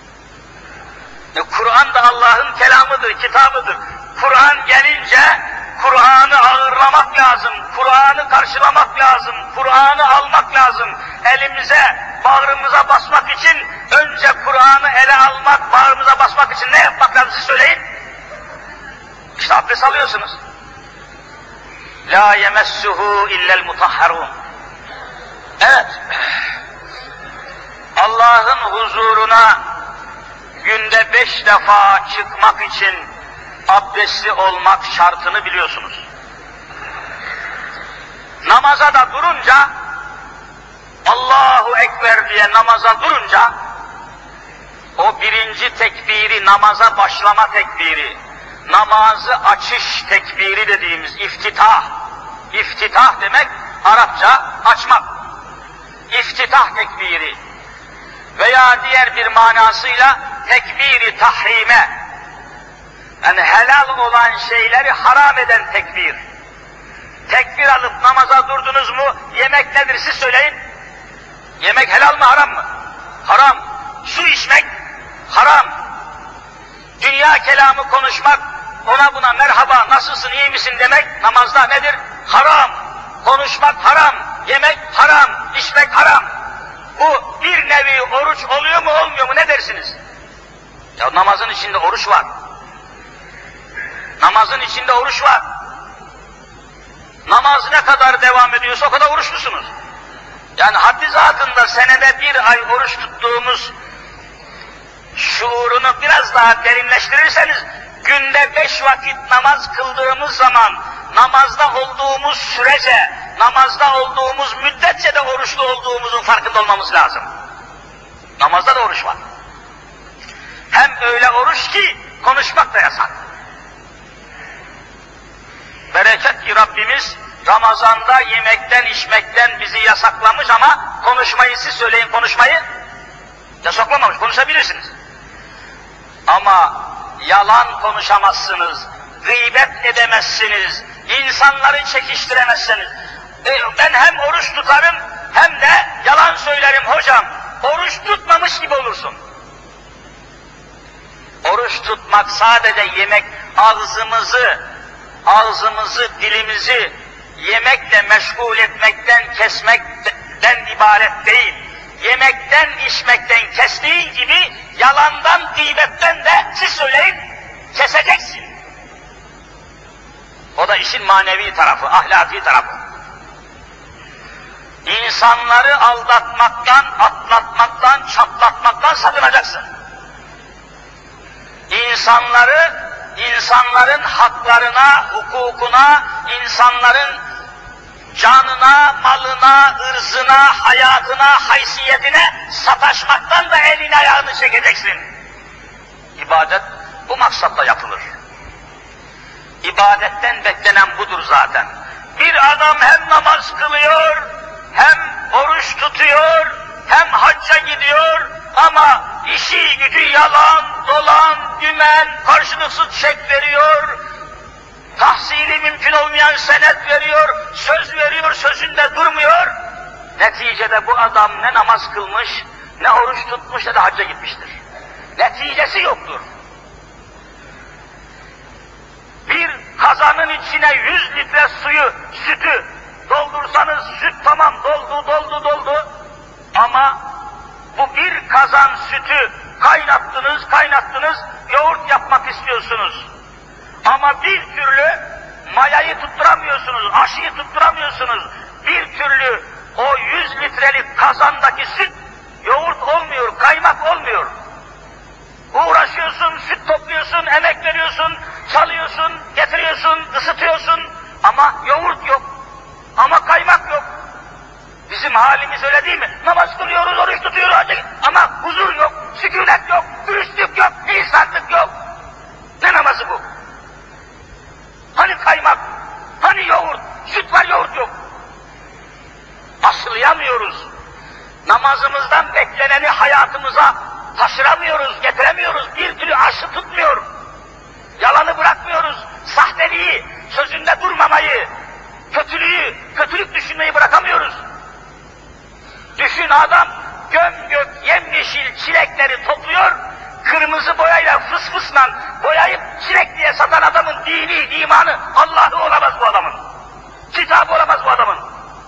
E, Kur'an da Allah'ın kelamıdır, kitabıdır. Kur'an gelince, Kur'an'ı ağırlamak lazım, Kur'an'ı karşılamak lazım, Kur'an'ı almak lazım. Elimize, bağrımıza basmak için önce Kur'an'ı ele almak, bağrımıza basmak için ne yapmak lazım siz söyleyin? İşte abdest alıyorsunuz. La yemessuhu illel mutahharun. Evet. Allah'ın huzuruna günde beş defa çıkmak için abdestli olmak şartını biliyorsunuz. Namaza da durunca, Allahu Ekber diye namaza durunca, o birinci tekbiri, namaza başlama tekbiri, namazı açış tekbiri dediğimiz iftitah, iftitah demek Arapça açmak, iftitah tekbiri veya diğer bir manasıyla tekbiri tahrime, yani helal olan şeyleri haram eden tekbir. Tekbir alıp namaza durdunuz mu, yemek nedir siz söyleyin? Yemek helal mı haram mı? Haram. Su içmek haram. Dünya kelamı konuşmak, ona buna merhaba, nasılsın, iyi misin demek namazda nedir? Haram. Konuşmak haram, yemek haram, içmek haram. Bu bir nevi oruç oluyor mu olmuyor mu ne dersiniz? Ya namazın içinde oruç var. Namazın içinde oruç var. Namaz ne kadar devam ediyorsa o kadar oruçlusunuz. Yani haddi zatında senede bir ay oruç tuttuğumuz şuurunu biraz daha derinleştirirseniz, günde beş vakit namaz kıldığımız zaman, namazda olduğumuz sürece, namazda olduğumuz müddetçe de oruçlu olduğumuzun farkında olmamız lazım. Namazda da oruç var. Hem öyle oruç ki konuşmak da yasak. Bereket ki Rabbimiz Ramazan'da yemekten içmekten bizi yasaklamış ama konuşmayı siz söyleyin, konuşmayı yasaklamamış, konuşabilirsiniz. Ama yalan konuşamazsınız, gıybet edemezsiniz, insanları çekiştiremezsiniz. E, ben hem oruç tutarım hem de yalan söylerim hocam. Oruç tutmamış gibi olursun. Oruç tutmak sadece yemek, ağzımızı, ağzımızı, dilimizi yemekle meşgul etmekten, kesmekten ibaret değil. Yemekten, içmekten kestiğin gibi yalandan, gıybetten de siz söyleyin, keseceksin. O da işin manevi tarafı, ahlaki tarafı. İnsanları aldatmaktan, atlatmaktan, çatlatmaktan sakınacaksın. İnsanları, insanların haklarına, hukukuna, insanların canına, malına, ırzına, hayatına, haysiyetine sataşmaktan da elini ayağını çekeceksin. İbadet bu maksatla yapılır. İbadetten beklenen budur zaten. Bir adam hem namaz kılıyor, hem oruç tutuyor, hem hacca gidiyor ama işi gücü yalan, dolan, dümen, karşılıksız çek veriyor, tahsili mümkün olmayan senet veriyor, söz veriyor, sözünde durmuyor. Neticede bu adam ne namaz kılmış, ne oruç tutmuş, ne de hacca gitmiştir. Neticesi yoktur. Bir kazanın içine yüz litre suyu, sütü doldursanız süt tamam doldu, doldu, doldu. Ama bu bir kazan sütü kaynattınız, kaynattınız, yoğurt yapmak istiyorsunuz. Ama bir türlü mayayı tutturamıyorsunuz, aşıyı tutturamıyorsunuz. Bir türlü o yüz litrelik kazandaki süt yoğurt olmuyor, kaymak olmuyor. Uğraşıyorsun, süt topluyorsun, emek veriyorsun, çalıyorsun, getiriyorsun, ısıtıyorsun ama yoğurt yok, ama kaymak yok. Bizim halimiz öyle değil mi? Namaz kılıyoruz, oruç tutuyoruz ama huzur yok, sükunet yok, dürüstlük yok, insanlık yok. Ne namazı bu? Hani kaymak, hani yoğurt, süt var yoğurt yok. Aslayamıyoruz. Namazımızdan bekleneni hayatımıza taşıramıyoruz, getiremiyoruz. Bir türlü aşı tutmuyor. Yalanı bırakmıyoruz. Sahteliği, sözünde durmamayı, kötülüğü, kötülük düşünmeyi bırakamıyoruz. Düşün adam göm gök yemyeşil çilekleri topluyor, kırmızı boyayla fıs fısla boyayıp çilek diye elle satan adamın dini, imanı, Allah'ı olamaz bu adamın. Kitabı olamaz bu adamın.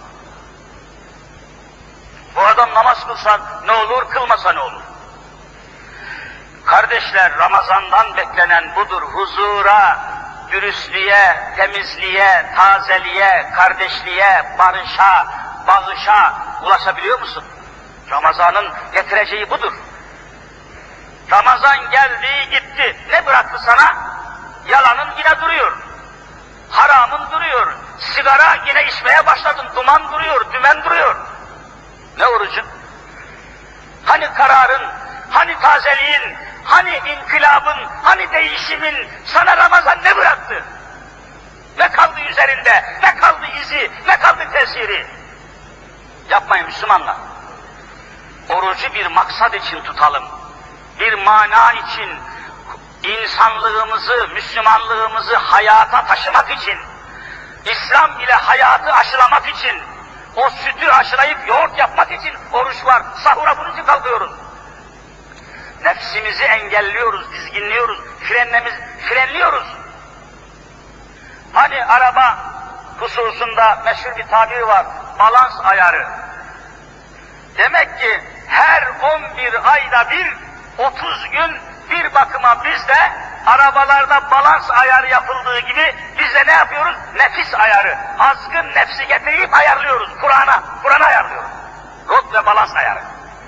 Bu adam namaz kılsa ne olur, kılmasa ne olur? Kardeşler, Ramazan'dan beklenen budur. Huzura, dürüstlüğe, temizliğe, tazeliğe, kardeşliğe, barışa, bağışa ulaşabiliyor musun? Ramazan'ın getireceği budur. Ramazan geldi, gitti. Ne bıraktı sana? Yalanın yine duruyor. Haramın duruyor. Sigara yine içmeye başladın. Duman duruyor, dümen duruyor. Ne orucun? Hani kararın, hani tazeliğin, hani inkılabın, hani değişimin, sana Ramazan ne bıraktı? Ne kaldı üzerinde, ne kaldı izi, ne kaldı tesiri? Yapmayın Müslümanlar. Orucu bir maksat için tutalım. Bir mana için, insanlığımızı, Müslümanlığımızı hayata taşımak için, İslam ile hayatı aşılamak için, o sütü aşılayıp yoğurt yapmak için oruç var. Sahura bunun için kalkıyoruz. Nefsimizi engelliyoruz, dizginliyoruz, frenlemiz, frenliyoruz. Hani araba hususunda meşhur bir tabir var, balans ayarı. Demek ki her on bir ayda bir, otuz gün bir bakıma bizde arabalarda balans ayarı yapıldığı gibi biz de ne yapıyoruz? Nefis ayarı. Azgın nefsi getirip ayarlıyoruz. Kur'an'a, Kur'an'a ayarlıyoruz. Rot ve balans ayarı.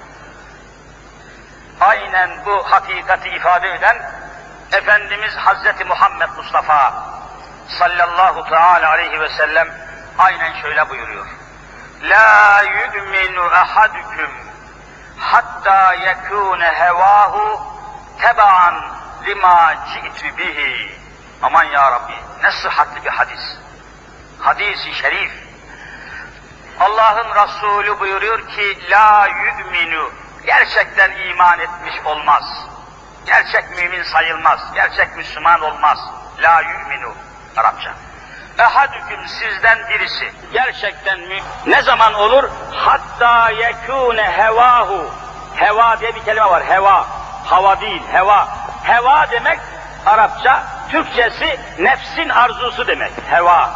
Aynen bu hakikati ifade eden Efendimiz Hazreti Muhammed Mustafa sallallahu teala aleyhi ve sellem aynen şöyle buyuruyor. La yu'minu ahadukum hatta yekune hevahu teba'an lima ci'tu bihi. Aman ya Rabbi, ne sıhhatli bir hadis. Hadis-i şerif. Allah'ın Resulü buyuruyor ki la yu'minu, gerçekten iman etmiş olmaz. Gerçek mümin sayılmaz. Gerçek Müslüman olmaz. La yu'minu Arapça. Ehadüküm, sizden birisi gerçekten mümin ne zaman olur? Hatta yekûne hevahu. Heva diye bir kelime var. Heva. Hava değil, heva. Heva demek Arapça, Türkçesi nefsin arzusu demek. Heva.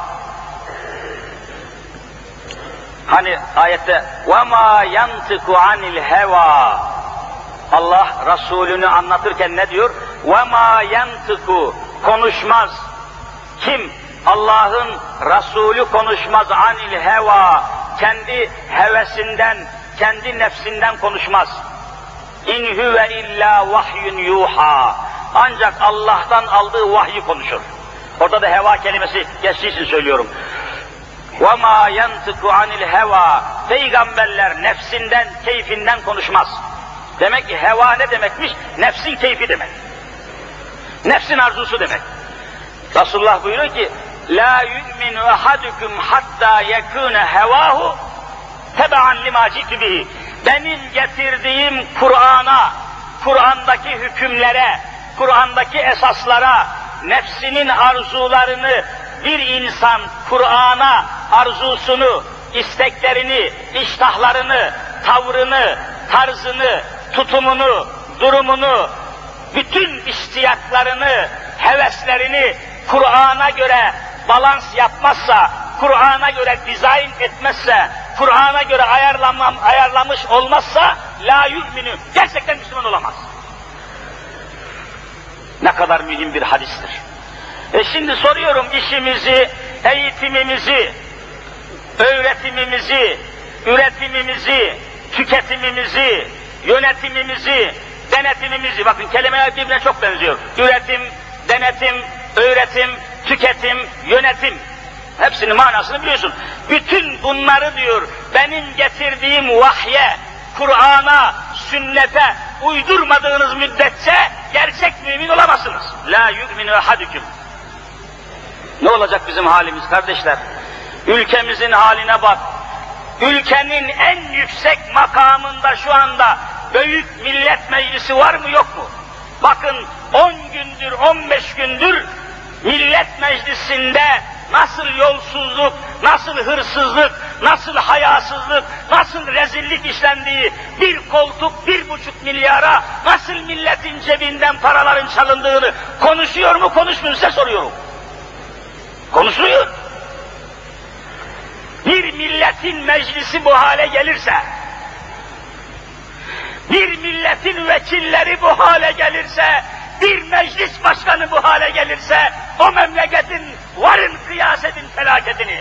Hani ayette وَمَا يَنْتِقُ عَنِ الْهَوَى, Allah Resulünü anlatırken ne diyor? وَمَا يَنْتِقُ, konuşmaz. Kim? Allah'ın Resulü konuşmaz. Anil heva, kendi hevesinden, kendi nefsinden konuşmaz. İn huve illa vahyun yuha, ancak Allah'tan aldığı vahyi konuşur. Orada da heva kelimesi geçtiği için söylüyorum. وَمَا يَنْتِقُ عَنِ الْهَوَى, peygamberler nefsinden, keyfinden konuşmaz. Demek ki heva ne demekmiş? Nefsin keyfi demek. Nefsin arzusu demek. Resulullah buyuruyor ki la yu'minu ahadukum hatta yekune hevahu tebe'an lima ci'tu bihi. Benim getirdiğim Kur'an'a, Kur'an'daki hükümlere, Kur'an'daki esaslara, nefsinin arzularını, bir insan Kur'an'a arzusunu, isteklerini, iştahlarını, tavrını, tarzını, tutumunu, durumunu, bütün istiyaklarını, heveslerini Kur'an'a göre balans yapmazsa, Kur'an'a göre dizayn etmezse, Kur'an'a göre ayarlamam, ayarlamış olmazsa la yu'minu, gerçekten Müslüman olamaz. Ne kadar mühim bir hadistir. E şimdi soruyorum, işimizi, eğitimimizi, öğretimimizi, üretimimizi, tüketimimizi, yönetimimizi, denetimimizi, bakın kelimeler birbirine çok benziyor. Üretim, denetim, öğretim, tüketim, yönetim. Hepsinin manasını biliyorsun. Bütün bunları diyor, benim getirdiğim vahye, Kur'an'a, sünnete uydurmadığınız müddetçe gerçek mümin olamazsınız. La yu'minu ahadüküm. Ne olacak bizim halimiz kardeşler? Ülkemizin haline bak. Ülkenin en yüksek makamında şu anda Büyük Millet Meclisi var mı yok mu? Bakın on gündür, on beş gündür Millet Meclisi'nde nasıl yolsuzluk, nasıl hırsızlık, nasıl hayasızlık, vefasızlık, nasıl rezillik işlendiği, bir koltuk bir buçuk milyara nasıl milletin cebinden paraların çalındığını konuşuyor mu konuşmuyor size soruyorum. Konuşuluyor. Bir milletin meclisi bu hale gelirse, bir milletin vekilleri bu hale gelirse, bir meclis başkanı bu hale gelirse, o memleketin varın kıyas edin felaketini.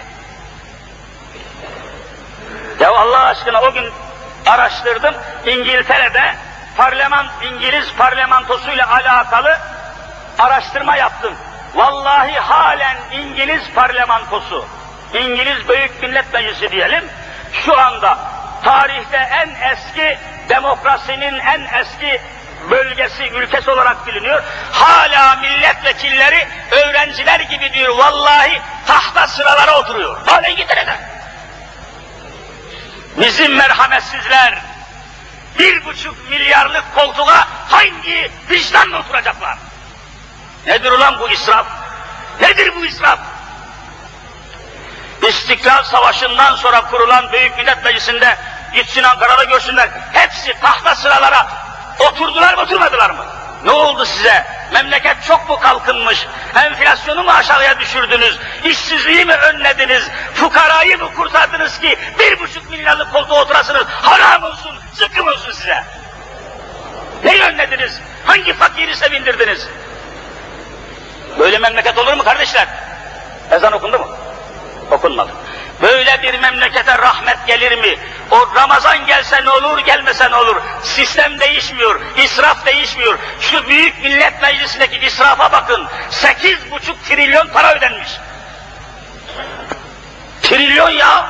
Ya Allah aşkına o gün araştırdım, İngiltere'de parlament, İngiliz parlamentosuyla alakalı araştırma yaptım. Vallahi halen İngiliz parlamentosu, İngiliz Büyük Millet Meclisi diyelim, şu anda tarihte en eski, demokrasinin en eski bölgesi, ülkesi olarak biliniyor. Hala milletvekilleri öğrenciler gibi diyor, vallahi tahta sıralara oturuyor. Hala İngiltere'de. Bizim merhametsizler bir buçuk milyarlık koltuğa hangi vicdanla oturacaklar? Nedir ulan bu israf? Nedir bu israf? İstiklal Savaşı'ndan sonra kurulan Büyük Millet Meclisi'nde gitsin Ankara'da görsünler. Hepsi tahta sıralara oturdular mı oturmadılar mı? Ne oldu size? Memleket çok mu kalkınmış? Enflasyonu mu aşağıya düşürdünüz? İşsizliği mi önlediniz? Fukarayı mı kurtardınız ki bir buçuk milyarlık koltuğa oturasınız? Haram olsun, zıkkım olsun size. Neyi önlediniz? Hangi fakiri sevindirdiniz? Böyle memleket olur mu kardeşler? Ezan okundu mu? Okunmadı. Böyle bir memlekete rahmet gelir mi? O Ramazan gelse ne olur, gelmese ne olur? Sistem değişmiyor, israf değişmiyor. Şu Büyük Millet Meclisi'ndeki israfa bakın. Sekiz buçuk trilyon para ödenmiş. Trilyon ya!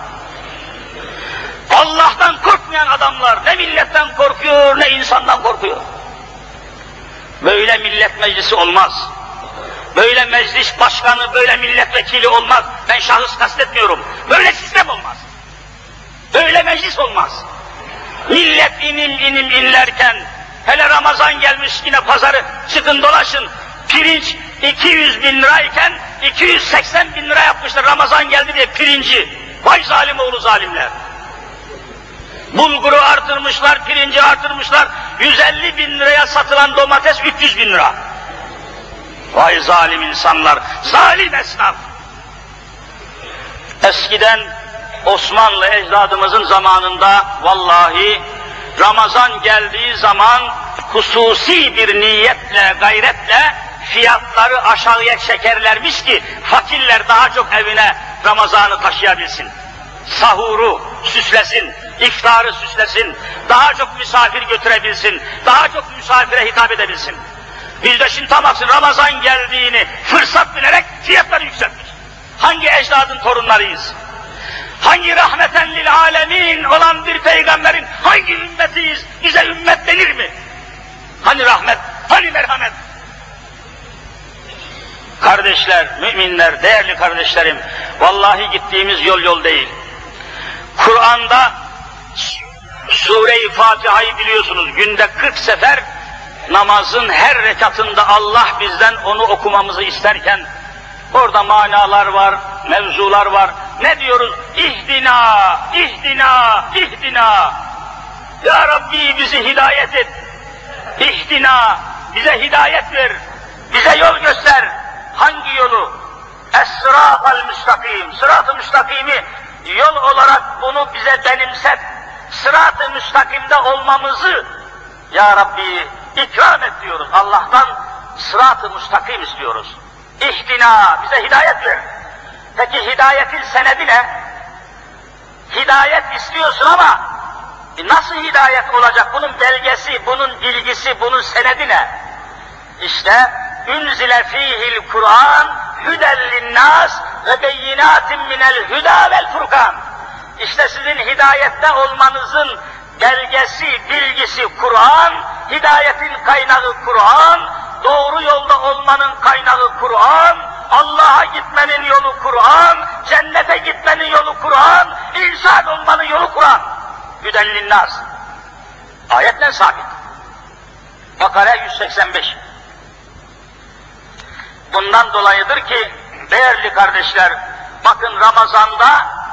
Allah'tan korkmayan adamlar ne milletten korkuyor, ne insandan korkuyor. Böyle millet meclisi olmaz. Böyle meclis başkanı, böyle milletvekili olmaz. Ben şahıs kastetmiyorum. Böyle sistem olmaz. Böyle meclis olmaz. Millet inim inim inlerken, hele Ramazan gelmiş yine pazarı çıkın dolaşın, pirinç iki yüz bin lirayken iki yüz seksen bin lira yapmışlar Ramazan geldi diye pirinci. Vay zalim oğlu zalimler. Bulguru artırmışlar, pirinci artırmışlar, yüz elli bin liraya satılan domates üç yüz bin lira. Vay zalim insanlar, zalim esnaf. Eskiden Osmanlı ecdadımızın zamanında vallahi Ramazan geldiği zaman hususi bir niyetle, gayretle fiyatları aşağıya çekerlermiş ki fakirler daha çok evine Ramazan'ı taşıyabilsin. Sahuru süslesin, iftarı süslesin, daha çok misafir götürebilsin, daha çok misafire hitap edebilsin. Biz de şimdi tam aksine Ramazan geldiğini fırsat bilerek fiyatları yükseltmiş. Hangi ecdadın torunlarıyız? Hangi rahmeten lil alemin olan bir peygamberin hangi ümmetiyiz? Bize ümmet denir mi? Hani rahmet, hani merhamet? Kardeşler, müminler, değerli kardeşlerim, vallahi gittiğimiz yol yol değil. Kur'an'da Sure-i Fatiha'yı biliyorsunuz, günde kırk sefer namazın her rekatında Allah bizden onu okumamızı isterken, orada manalar var, mevzular var. Ne diyoruz? İhdina, ihdina, ihdina. Ya Rabbi bizi hidayet et. İhdina, bize hidayet ver. Bize yol göster. Hangi yolu? Es-sırat-ı müstakim. Sırat-ı müstakimi yol olarak bunu bize benimset. Sırat-ı müstakimde olmamızı Ya Rabbi ikram et diyoruz. Allah'tan sırat-ı müstakim istiyoruz. İhdina, bize hidayet ver. Peki hidayetin senedi ne? Hidayet istiyorsun ama nasıl hidayet olacak? Bunun belgesi, bunun bilgisi, bunun senedi ne? İşte ünzile fihil Kur'an hüden linnâs ve beyinâtin minel hüdâ vel furkan. İşte sizin hidayette olmanızın belgesi, bilgisi Kur'an, hidayetin kaynağı Kur'an, doğru yolda olmanın kaynağı Kur'an, Allah'a gitmenin yolu Kur'an, cennete gitmenin yolu Kur'an, insan olmanın yolu Kur'an. Hüden linnâs. Ayetle sabit. Bakara yüz seksen beş. Bundan dolayıdır ki değerli kardeşler, bakın Ramazan'da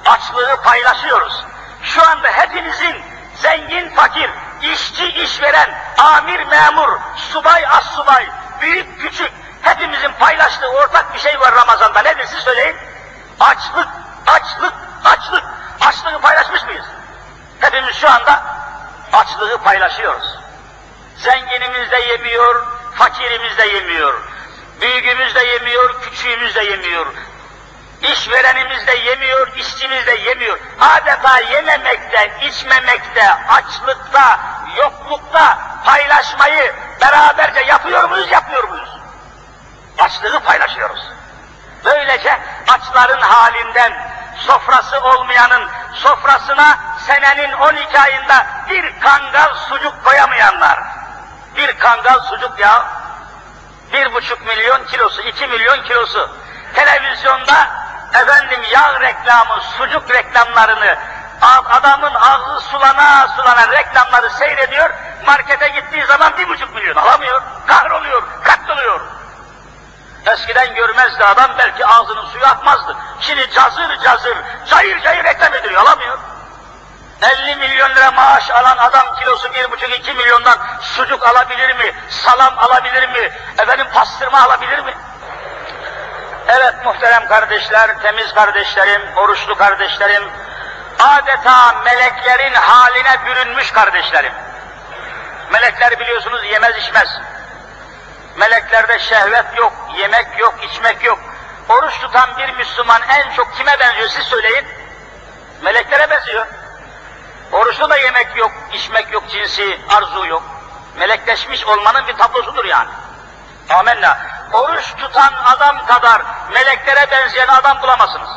açlığı paylaşıyoruz. Şu anda hepinizin zengin, fakir, işçi, işveren, amir, memur, subay, assubay, büyük, küçük, hepimizin paylaştığı ortak bir şey var Ramazan'da. Nedir siz söyleyin? Açlık, açlık, açlık. Açlığı paylaşmış mıyız? Hepimiz şu anda açlığı paylaşıyoruz. Zenginimiz de yemiyor, fakirimiz de yemiyor. Büyüğümüz de yemiyor, küçüğümüz de yemiyor. İşverenimiz de yemiyor, işçimiz de yemiyor. Adeta yememekte, içmemekte, açlıkta, yoklukta paylaşmayı beraberce yapıyor muyuz, yapmıyor muyuz? Açlığı paylaşıyoruz. Böylece açların halinden, sofrası olmayanın sofrasına senenin on iki ayında bir kangal sucuk koyamayanlar, bir kangal sucuk ya, bir buçuk milyon kilosu, iki milyon kilosu, televizyonda efendim yağ reklamı, sucuk reklamlarını, adamın ağzı sulana sulana reklamları seyrediyor, markete gittiği zaman bir buçuk milyon alamıyor, kahroluyor, katloluyor. Eskiden görmezdi adam, belki ağzının suyu akmazdı. Şimdi cazır cazır, cayır cayır reklam ediliyor, alamıyor. elli milyon lira maaş alan adam kilosu bir buçuk iki milyondan sucuk alabilir mi? Salam alabilir mi? Efendim pastırma alabilir mi? Evet muhterem kardeşler, temiz kardeşlerim, oruçlu kardeşlerim, adeta meleklerin haline bürünmüş kardeşlerim. Melekler biliyorsunuz yemez içmez. Meleklerde şehvet yok, yemek yok, içmek yok. Oruç tutan bir Müslüman en çok kime benziyor siz söyleyin? Meleklere benziyor. Oruçta da yemek yok, içmek yok, cinsi, arzu yok. Melekleşmiş olmanın bir tablosudur yani. Amenna. Oruç tutan adam kadar meleklere benzeyen adam bulamazsınız.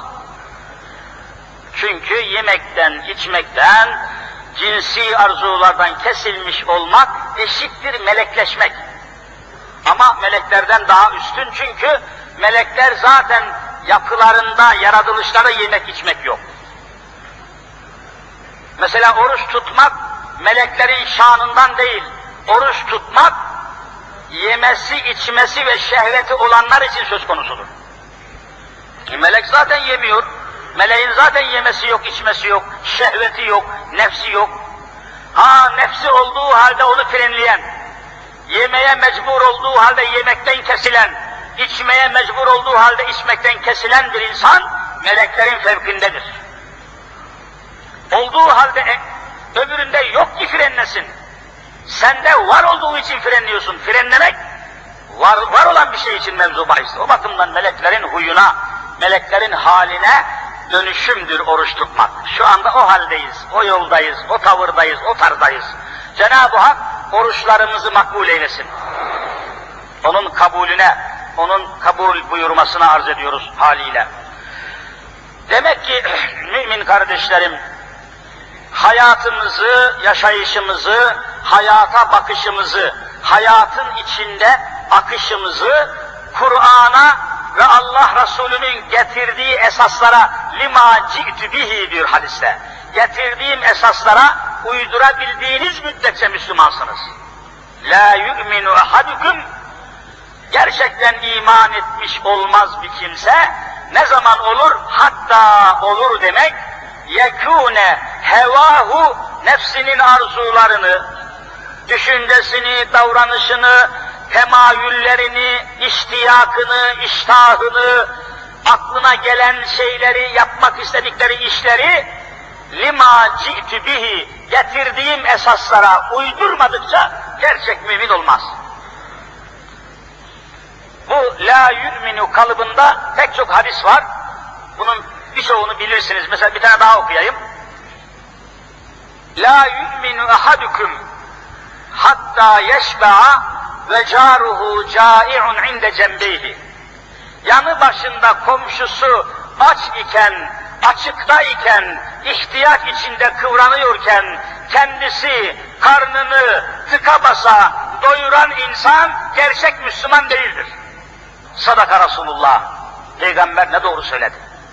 Çünkü yemekten, içmekten, cinsi arzulardan kesilmiş olmak eşittir melekleşmek. Ama meleklerden daha üstün, çünkü melekler zaten yapılarında, yaratılışlarda yemek içmek yok. Mesela oruç tutmak meleklerin şanından değil, oruç tutmak yemesi, içmesi ve şehveti olanlar için söz konusudur. E melek zaten yemiyor, meleğin zaten yemesi yok, içmesi yok, şehveti yok, nefsi yok. Ha nefsi olduğu halde onu frenleyen, yemeye mecbur olduğu halde yemekten kesilen, içmeye mecbur olduğu halde içmekten kesilen bir insan meleklerin fevkindedir. Olduğu halde e, öbüründe yok ki frenlesin. Sende var olduğu için frenliyorsun. Frenlemek var, var olan bir şey için mevzu bahis. O bakımdan meleklerin huyuna, meleklerin haline dönüşümdür oruç tutmak. Şu anda o haldeyiz, o yoldayız, o tavırdayız, o tarzdayız. Cenab-ı Hak oruçlarımızı makbul eylesin. Onun kabulüne, onun kabul buyurmasına arz ediyoruz haliyle. Demek ki mümin kardeşlerim, hayatımızı, yaşayışımızı, hayata bakışımızı, hayatın içinde akışımızı Kur'an'a ve Allah Resulü'nün getirdiği esaslara lima ci'tü bihi diyor hadiste. Getirdiğim esaslara uydurabildiğiniz müddetçe Müslümansınız. La yu'minu ahadukum, gerçekten iman etmiş olmaz bir kimse. Ne zaman olur? Hatta olur demek, yekûne hevahu, nefsinin arzularını, düşüncesini, davranışını, temayüllerini, iştiyakını, iştahını, aklına gelen şeyleri, yapmak istedikleri işleri lima ci'tü bihi, getirdiğim esaslara uydurmadıkça gerçek mümin olmaz. Bu la yu'minu kalıbında pek çok hadis var. Bunun birçoğunu bilirsiniz. Mesela bir tane daha okuyayım. La yu'minu ahadukum hatta yeşba'a ve caruhu cai'un inde cembeyhi. Yanı başında komşusu aç iken, açıkta iken, ihtiyaç içinde kıvranıyorken, kendisi karnını tıka basa doyuran insan gerçek Müslüman değildir. Sadaka Resulullah. Peygamber ne doğru söyledi.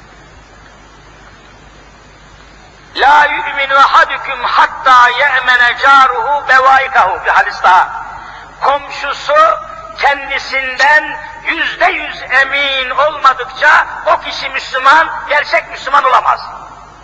La yu'minu ahadukum hatta ye'mene caruhu bevaikahu, bir hadis daha. Komşusu kendisinden yüzde yüz emin olmadıkça o kişi Müslüman, gerçek Müslüman olamaz.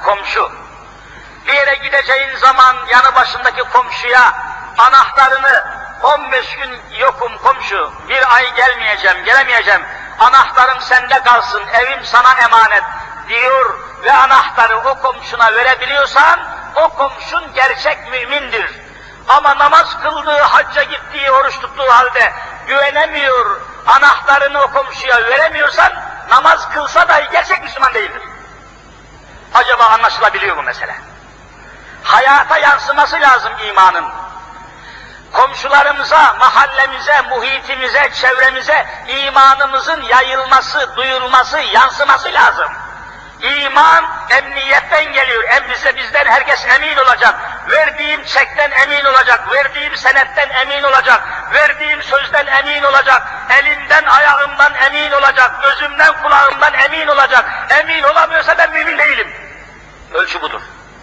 komşu. Bir yere gideceğin zaman yanı başındaki komşuya anahtarını on beş gün yokum komşu, bir ay gelmeyeceğim, gelemeyeceğim, anahtarım sende kalsın, evim sana emanet diyor ve anahtarı o komşuna verebiliyorsan o komşun gerçek mümindir. Ama namaz kıldığı, hacca gittiği, oruç tuttuğu halde güvenemiyor, anahtarını o komşuya veremiyorsan namaz kılsa dahi gerçek Müslüman değildir. Acaba anlaşılabiliyor mu mesele? Hayata yansıması lazım imanın. Komşularımıza, mahallemize, muhitimize, çevremize imanımızın yayılması, duyulması, yansıması lazım. İman emniyetten geliyor. Em bize bizden herkes emin olacak. Verdiğim çekten emin olacak. Verdiğim senetten emin olacak. Verdiğim sözden emin olacak. Elimden, ayağımdan emin olacak. Gözümden, kulağımdan emin olacak. Emin olamıyorsa ben mümin değilim. Ölçü budur.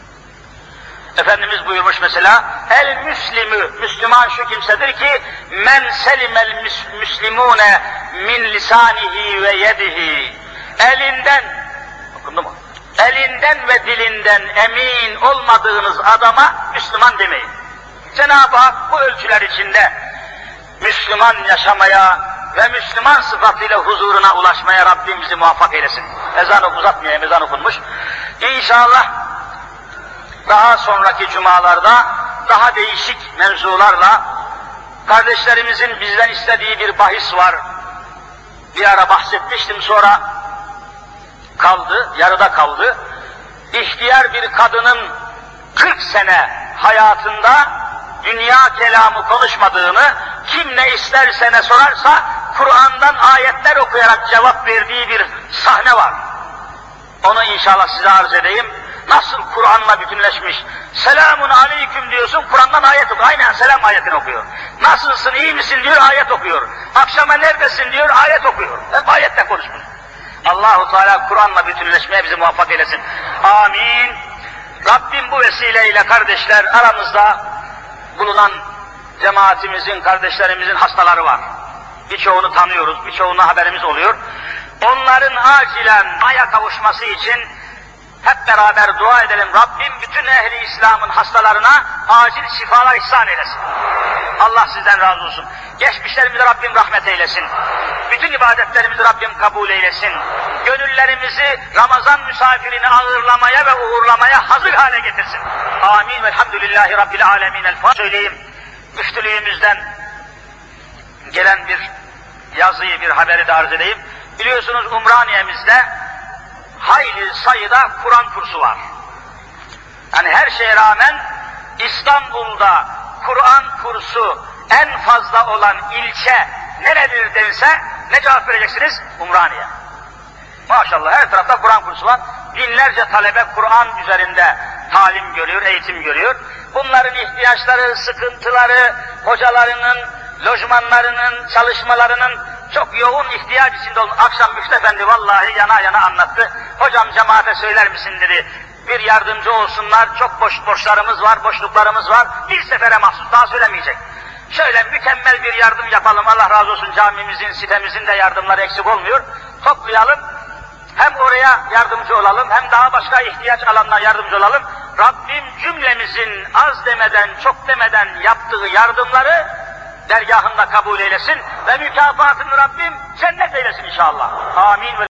Efendimiz buyurmuş mesela, el müslimü, Müslüman şu kimsedir ki, men selimel müslimune min lisanihi ve yedihi, elinden, okundu mu? Elinden ve dilinden emin olmadığınız adama Müslüman demeyin. Cenab-ı Hak bu ölçüler içinde Müslüman yaşamaya ve Müslüman sıfatıyla huzuruna ulaşmaya Rabbimizi muvaffak eylesin. Ezan uzatmayayım, ezan okunmuş. İnşallah daha sonraki cumalarda daha değişik mevzularla kardeşlerimizin bizden istediği bir bahis var. Bir ara bahsetmiştim, sonra kaldı, yarıda kaldı. İhtiyar bir kadının kırk sene hayatında dünya kelamı konuşmadığını, kim ne isterse ne sorarsa Kur'an'dan ayetler okuyarak cevap verdiği bir sahne var. Onu inşallah size arz edeyim. Nasıl Kur'an'la bütünleşmiş? Selamun aleyküm diyorsun, Kur'an'dan ayet okuyor. Aynen selam ayetini okuyor. Nasılsın, iyi misin diyor, ayet okuyor. Akşama neredesin diyor, ayet okuyor. Hep ayetle konuşmuş. Allah-u Teala Kur'an'la bütünleşmeye bizi muvaffak eylesin. Amin. Rabbim bu vesileyle kardeşler, aramızda bulunan cemaatimizin, kardeşlerimizin hastaları var. Birçoğunu tanıyoruz, birçoğuna haberimiz oluyor. Onların acilen aya kavuşması için hep beraber dua edelim. Rabbim bütün ehli İslam'ın hastalarına acil şifalar ihsan eylesin. Allah sizden razı olsun. Geçmişlerimizi Rabbim rahmet eylesin. Bütün ibadetlerimizi Rabbim kabul eylesin. Gönüllerimizi Ramazan misafirini ağırlamaya ve uğurlamaya hazır hale getirsin. Amin. Velhamdülillahi Rabbil alemin. El Fatiha. Söyleyeyim, müftülüğümüzden gelen bir yazıyı, bir haberi de arz edeyim. Biliyorsunuz Umraniye'mizde hayli sayıda Kur'an kursu var. Yani her şeye rağmen İstanbul'da Kur'an kursu en fazla olan ilçe neredir dense ne cevap vereceksiniz? Umraniye. Maşallah her tarafta Kur'an kursu var. Binlerce talebe Kur'an üzerinde talim görüyor, eğitim görüyor. Bunların ihtiyaçları, sıkıntıları, hocalarının, lojmanlarının, çalışmalarının çok yoğun ihtiyaç içinde oldu. Akşam Müftü Efendi vallahi yana yana anlattı. Hocam cemaate söyler misin dedi. Bir yardımcı olsunlar, çok boş borçlarımız var, boşluklarımız var. Bir sefere mahsus, daha söylemeyecek. Şöyle mükemmel bir yardım yapalım, Allah razı olsun, camimizin, sitemizin de yardımları eksik olmuyor. Toplayalım, hem oraya yardımcı olalım, hem daha başka ihtiyaç alanlara yardımcı olalım. Rabbim cümlemizin az demeden, çok demeden yaptığı yardımları dergahında kabul eylesin ve mükafatını Rabbim cennet eylesin inşallah. Amin.